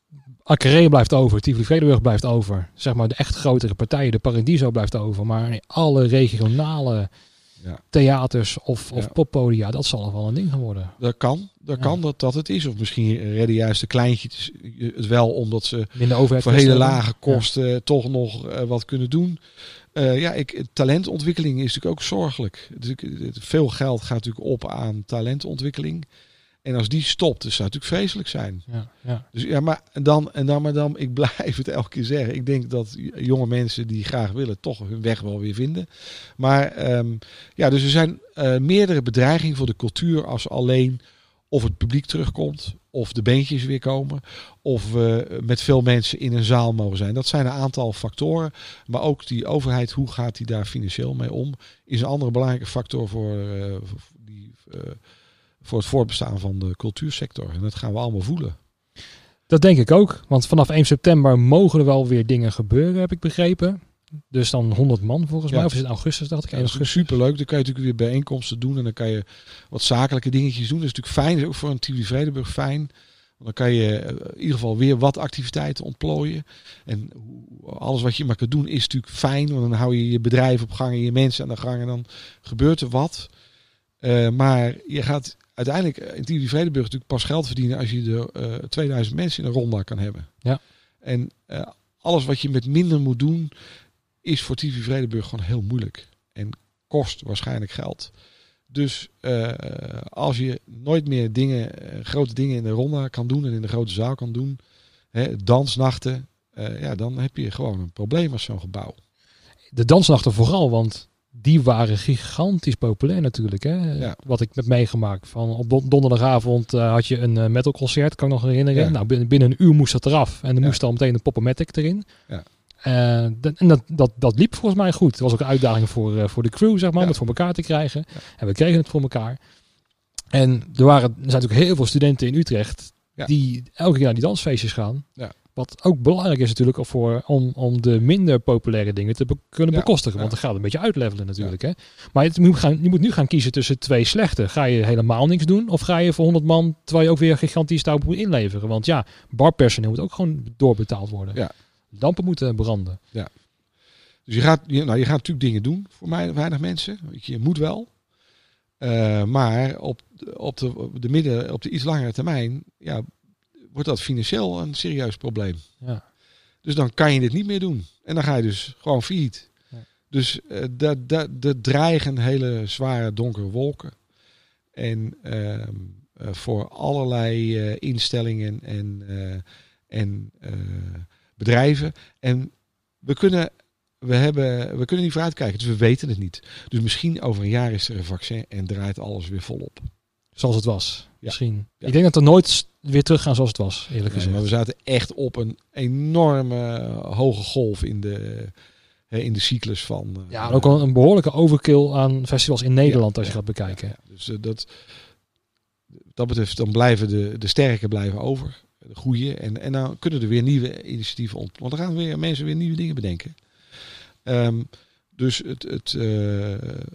Akkeré blijft over, Tivoli Vredenburg blijft over. Zeg maar de echt grotere partijen, de Paradiso blijft over. Maar alle regionale ja. theaters of, of ja. poppodia, dat zal nog wel een ding gaan worden. Dat kan, dat ja. kan dat, dat het is. Of misschien redden juist de kleintjes het wel omdat ze voor hele lage kosten ja. toch nog uh, wat kunnen doen. Uh, ja, ik, talentontwikkeling is natuurlijk ook zorgelijk. Dus veel geld gaat natuurlijk op aan talentontwikkeling. En als die stopt, dus zou het natuurlijk vreselijk zijn. Ja, ja. Dus ja, maar dan en dan, maar dan, ik blijf het elke keer zeggen. Ik denk dat jonge mensen die graag willen, toch hun weg wel weer vinden. Maar um, ja, dus er zijn uh, meerdere bedreigingen voor de cultuur als alleen of het publiek terugkomt, of de beentjes weer komen, of we met veel mensen in een zaal mogen zijn. Dat zijn een aantal factoren. Maar ook die overheid, hoe gaat die daar financieel mee om, is een andere belangrijke factor voor, uh, voor, die, uh, voor het voortbestaan van de cultuursector. En dat gaan we allemaal voelen. Dat denk ik ook. Want vanaf één september mogen er wel weer dingen gebeuren, heb ik begrepen. Dus dan honderd man volgens ja. mij. Of is het augustus, dacht ik. Ja, dat is superleuk. Dan kan je natuurlijk weer bijeenkomsten doen. En dan kan je wat zakelijke dingetjes doen. Dat is natuurlijk fijn. Dat is ook voor een Tivoli Vredenburg fijn. Want dan kan je in ieder geval weer wat activiteiten ontplooien. En alles wat je maar kunt doen is natuurlijk fijn. Want dan hou je je bedrijf op gang en je mensen aan de gang. En dan gebeurt er wat. Uh, maar je gaat uiteindelijk in Tivoli Vredenburg natuurlijk pas geld verdienen als je er uh, tweeduizend mensen in een ronda kan hebben. Ja. En uh, alles wat je met minder moet doen, is voor Tivoli Vredenburg gewoon heel moeilijk. En kost waarschijnlijk geld. Dus uh, als je nooit meer dingen, uh, grote dingen in de ronda kan doen en in de grote zaal kan doen, hè, dansnachten, uh, ja, dan heb je gewoon een probleem als zo'n gebouw. De dansnachten vooral, want die waren gigantisch populair natuurlijk. Hè? Ja. Wat ik heb meegemaakt. Van op donderdagavond uh, had je een uh, metalconcert, kan ik nog herinneren. Ja. Nou, binnen, binnen een uur moest dat eraf. En er ja. moest dan meteen een Pop-O-Matic erin. Ja. Uh, dat, en dat, dat, dat liep volgens mij goed. Het was ook een uitdaging voor, uh, voor de crew, zeg maar, ja. om het voor elkaar te krijgen. Ja. En we kregen het voor elkaar. En er, waren, er zijn natuurlijk heel veel studenten in Utrecht ja. die elke keer naar die dansfeestjes gaan. Ja. Wat ook belangrijk is natuurlijk voor, om, om de minder populaire dingen te be- kunnen ja, bekostigen. Want ja. dan gaat het een beetje uitlevelen natuurlijk. Ja. Hè? Maar het moet gaan, je moet nu gaan kiezen tussen twee slechte. Ga je helemaal niks doen? Of ga je voor honderd man, terwijl je ook weer gigantisch touw moet inleveren? Want ja, barpersoneel moet ook gewoon doorbetaald worden. Ja. Lampen moeten branden. Ja. Dus je gaat, je, nou, je gaat natuurlijk dingen doen voor mij, weinig mensen. Je moet wel. Uh, maar op, op, de, op de midden, op de iets langere termijn, ja, wordt dat financieel een serieus probleem. Ja. Dus dan kan je dit niet meer doen. En dan ga je dus gewoon failliet. Ja. Dus uh, dat, dat, dat dreigen hele zware donkere wolken. En uh, uh, voor allerlei uh, instellingen en, uh, en uh, bedrijven. En we kunnen, we, hebben, we kunnen niet vooruitkijken. Dus we weten het niet. Dus misschien over een jaar is er een vaccin en draait alles weer volop. Zoals het was. Ja. Misschien. Ja. Ik denk dat er nooit weer terug gaan zoals het was, eerlijk nee, gezegd. Maar we zaten echt op een enorme hoge golf in de, in de cyclus van... Uh, ja, en ook al een behoorlijke overkill aan festivals in Nederland, ja, als je ja, gaat bekijken. Ja, ja. Dus uh, dat, dat betreft, dan blijven de, de sterke blijven over. De goede. En, en dan kunnen er weer nieuwe initiatieven ont. Want dan gaan weer mensen weer nieuwe dingen bedenken. Um, dus het... het uh,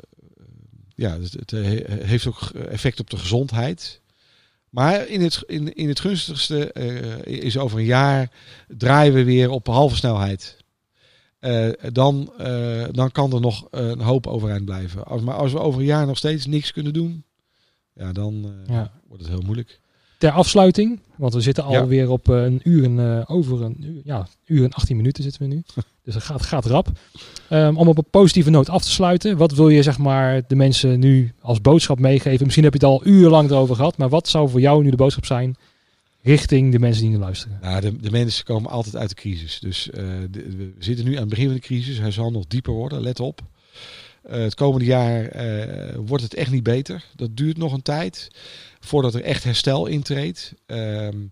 ja, het, het heeft ook effect op de gezondheid. Maar in het, in, in het gunstigste uh, is over een jaar draaien we weer op halve snelheid. Uh, dan, uh, dan kan er nog uh, een hoop overeind blijven. Als, maar als we over een jaar nog steeds niks kunnen doen, ja, dan uh, ja. wordt het heel moeilijk. Ter afsluiting, want we zitten alweer ja. op uh, een uur en uh, over een uur, ja, uur en achttien minuten zitten we nu. Dus het gaat, gaat rap. Um, om op een positieve noot af te sluiten, wat wil je zeg maar de mensen nu als boodschap meegeven? Misschien heb je het al urenlang erover gehad, maar wat zou voor jou nu de boodschap zijn richting de mensen die nu luisteren? Nou, de, de mensen komen altijd uit de crisis. Dus uh, de, we zitten nu aan het begin van de crisis. Hij zal nog dieper worden, let op. Uh, het komende jaar uh, wordt het echt niet beter. Dat duurt nog een tijd voordat er echt herstel intreedt. Um,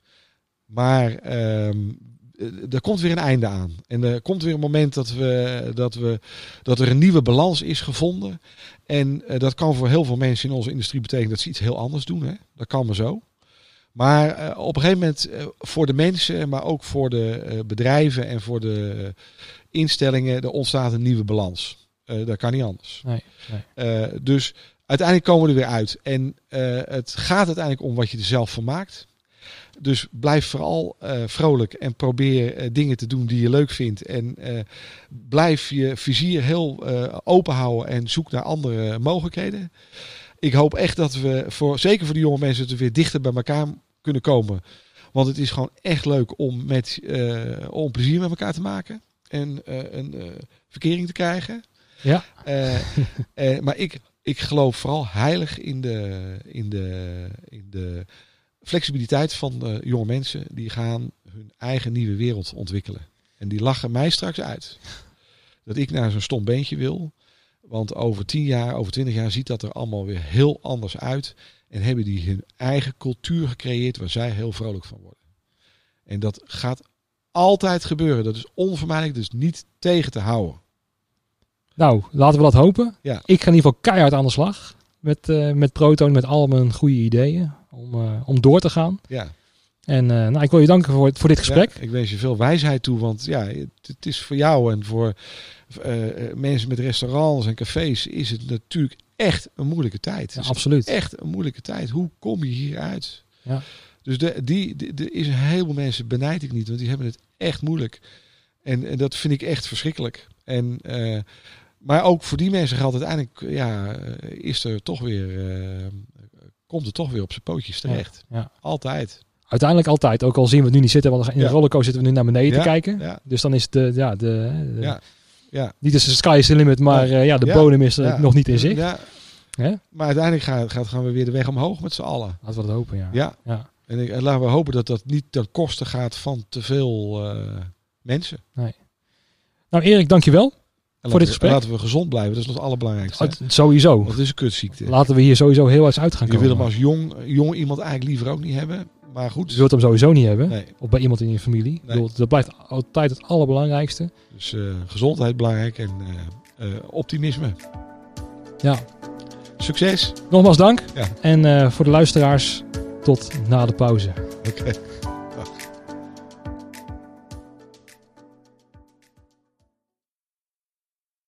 maar um, er komt weer een einde aan. En er komt weer een moment dat, we, dat, we, dat er een nieuwe balans is gevonden. En uh, dat kan voor heel veel mensen in onze industrie betekenen dat ze iets heel anders doen. Hè? Dat kan maar zo. Maar uh, op een gegeven moment uh, voor de mensen, maar ook voor de uh, bedrijven en voor de uh, instellingen, er ontstaat een nieuwe balans. Uh, dat kan niet anders. Nee, nee. Uh, dus uiteindelijk komen we er weer uit. En uh, het gaat uiteindelijk om wat je er zelf van maakt. Dus blijf vooral uh, vrolijk en probeer uh, dingen te doen die je leuk vindt. En uh, blijf je vizier heel uh, open houden en zoek naar andere mogelijkheden. Ik hoop echt dat we, voor, zeker voor de jonge mensen, er weer dichter bij elkaar kunnen komen. Want het is gewoon echt leuk om, met, uh, om plezier met elkaar te maken. En uh, een uh, verkering te krijgen. Ja. Uh, uh, maar ik, ik geloof vooral heilig in de, in de, in de flexibiliteit van de jonge mensen. Die gaan hun eigen nieuwe wereld ontwikkelen. En die lachen mij straks uit. Dat ik naar zo'n stom beentje wil. Want over tien jaar, over twintig jaar ziet dat er allemaal weer heel anders uit. En hebben die hun eigen cultuur gecreëerd waar zij heel vrolijk van worden. En dat gaat altijd gebeuren. Dat is onvermijdelijk, dus niet tegen te houden. Nou, laten we dat hopen. Ja. Ik ga in ieder geval keihard aan de slag. Met, uh, met Proton, met al mijn goede ideeën. Om, uh, om door te gaan. Ja. En uh, nou, ik wil je danken voor, voor dit gesprek. Ja, ik wens je veel wijsheid toe. Want ja, het, het is voor jou en voor uh, mensen met restaurants en cafés is het natuurlijk echt een moeilijke tijd. Ja, absoluut. Echt een moeilijke tijd. Hoe kom je hieruit? Ja. Dus de, die, die, er is een heleboel mensen, benijd ik niet, want die hebben het echt moeilijk. En, en dat vind ik echt verschrikkelijk. En, uh, maar ook voor die mensen geldt uiteindelijk, ja, is er toch weer, uh, komt het toch weer op zijn pootjes terecht. Ja, ja. Altijd. Uiteindelijk altijd, ook al zien we het nu niet zitten, want in de ja. rollercoaster zitten we nu naar beneden ja, te kijken. Ja. Dus dan is de, ja, de, de ja. Ja. niet eens de sky is the limit, maar ja, uh, ja de ja. bodem is er ja. nog niet in zicht. Ja. Ja? Maar uiteindelijk gaat, gaat, gaan we weer de weg omhoog met z'n allen. Laten we dat hopen, ja. Ja. ja. En, ik, en laten we hopen dat dat niet ten koste gaat van te veel uh, mensen. Nee. Nou Erik, dankjewel en voor dit we, gesprek. Laten we gezond blijven, dat is nog het allerbelangrijkste. Oh, sowieso. Want het is een kutziekte. Laten we hier sowieso heel eens uit gaan Je komen. wil hem als jong, jong iemand eigenlijk liever ook niet hebben. Maar goed. Je wilt hem sowieso niet hebben. Nee. Of bij iemand in je familie. Nee. Bedoel, dat blijft altijd het allerbelangrijkste. Dus uh, gezondheid belangrijk en uh, uh, optimisme. Ja. Succes. Nogmaals dank. Ja. En uh, voor de luisteraars, tot na de pauze. Oké. Okay.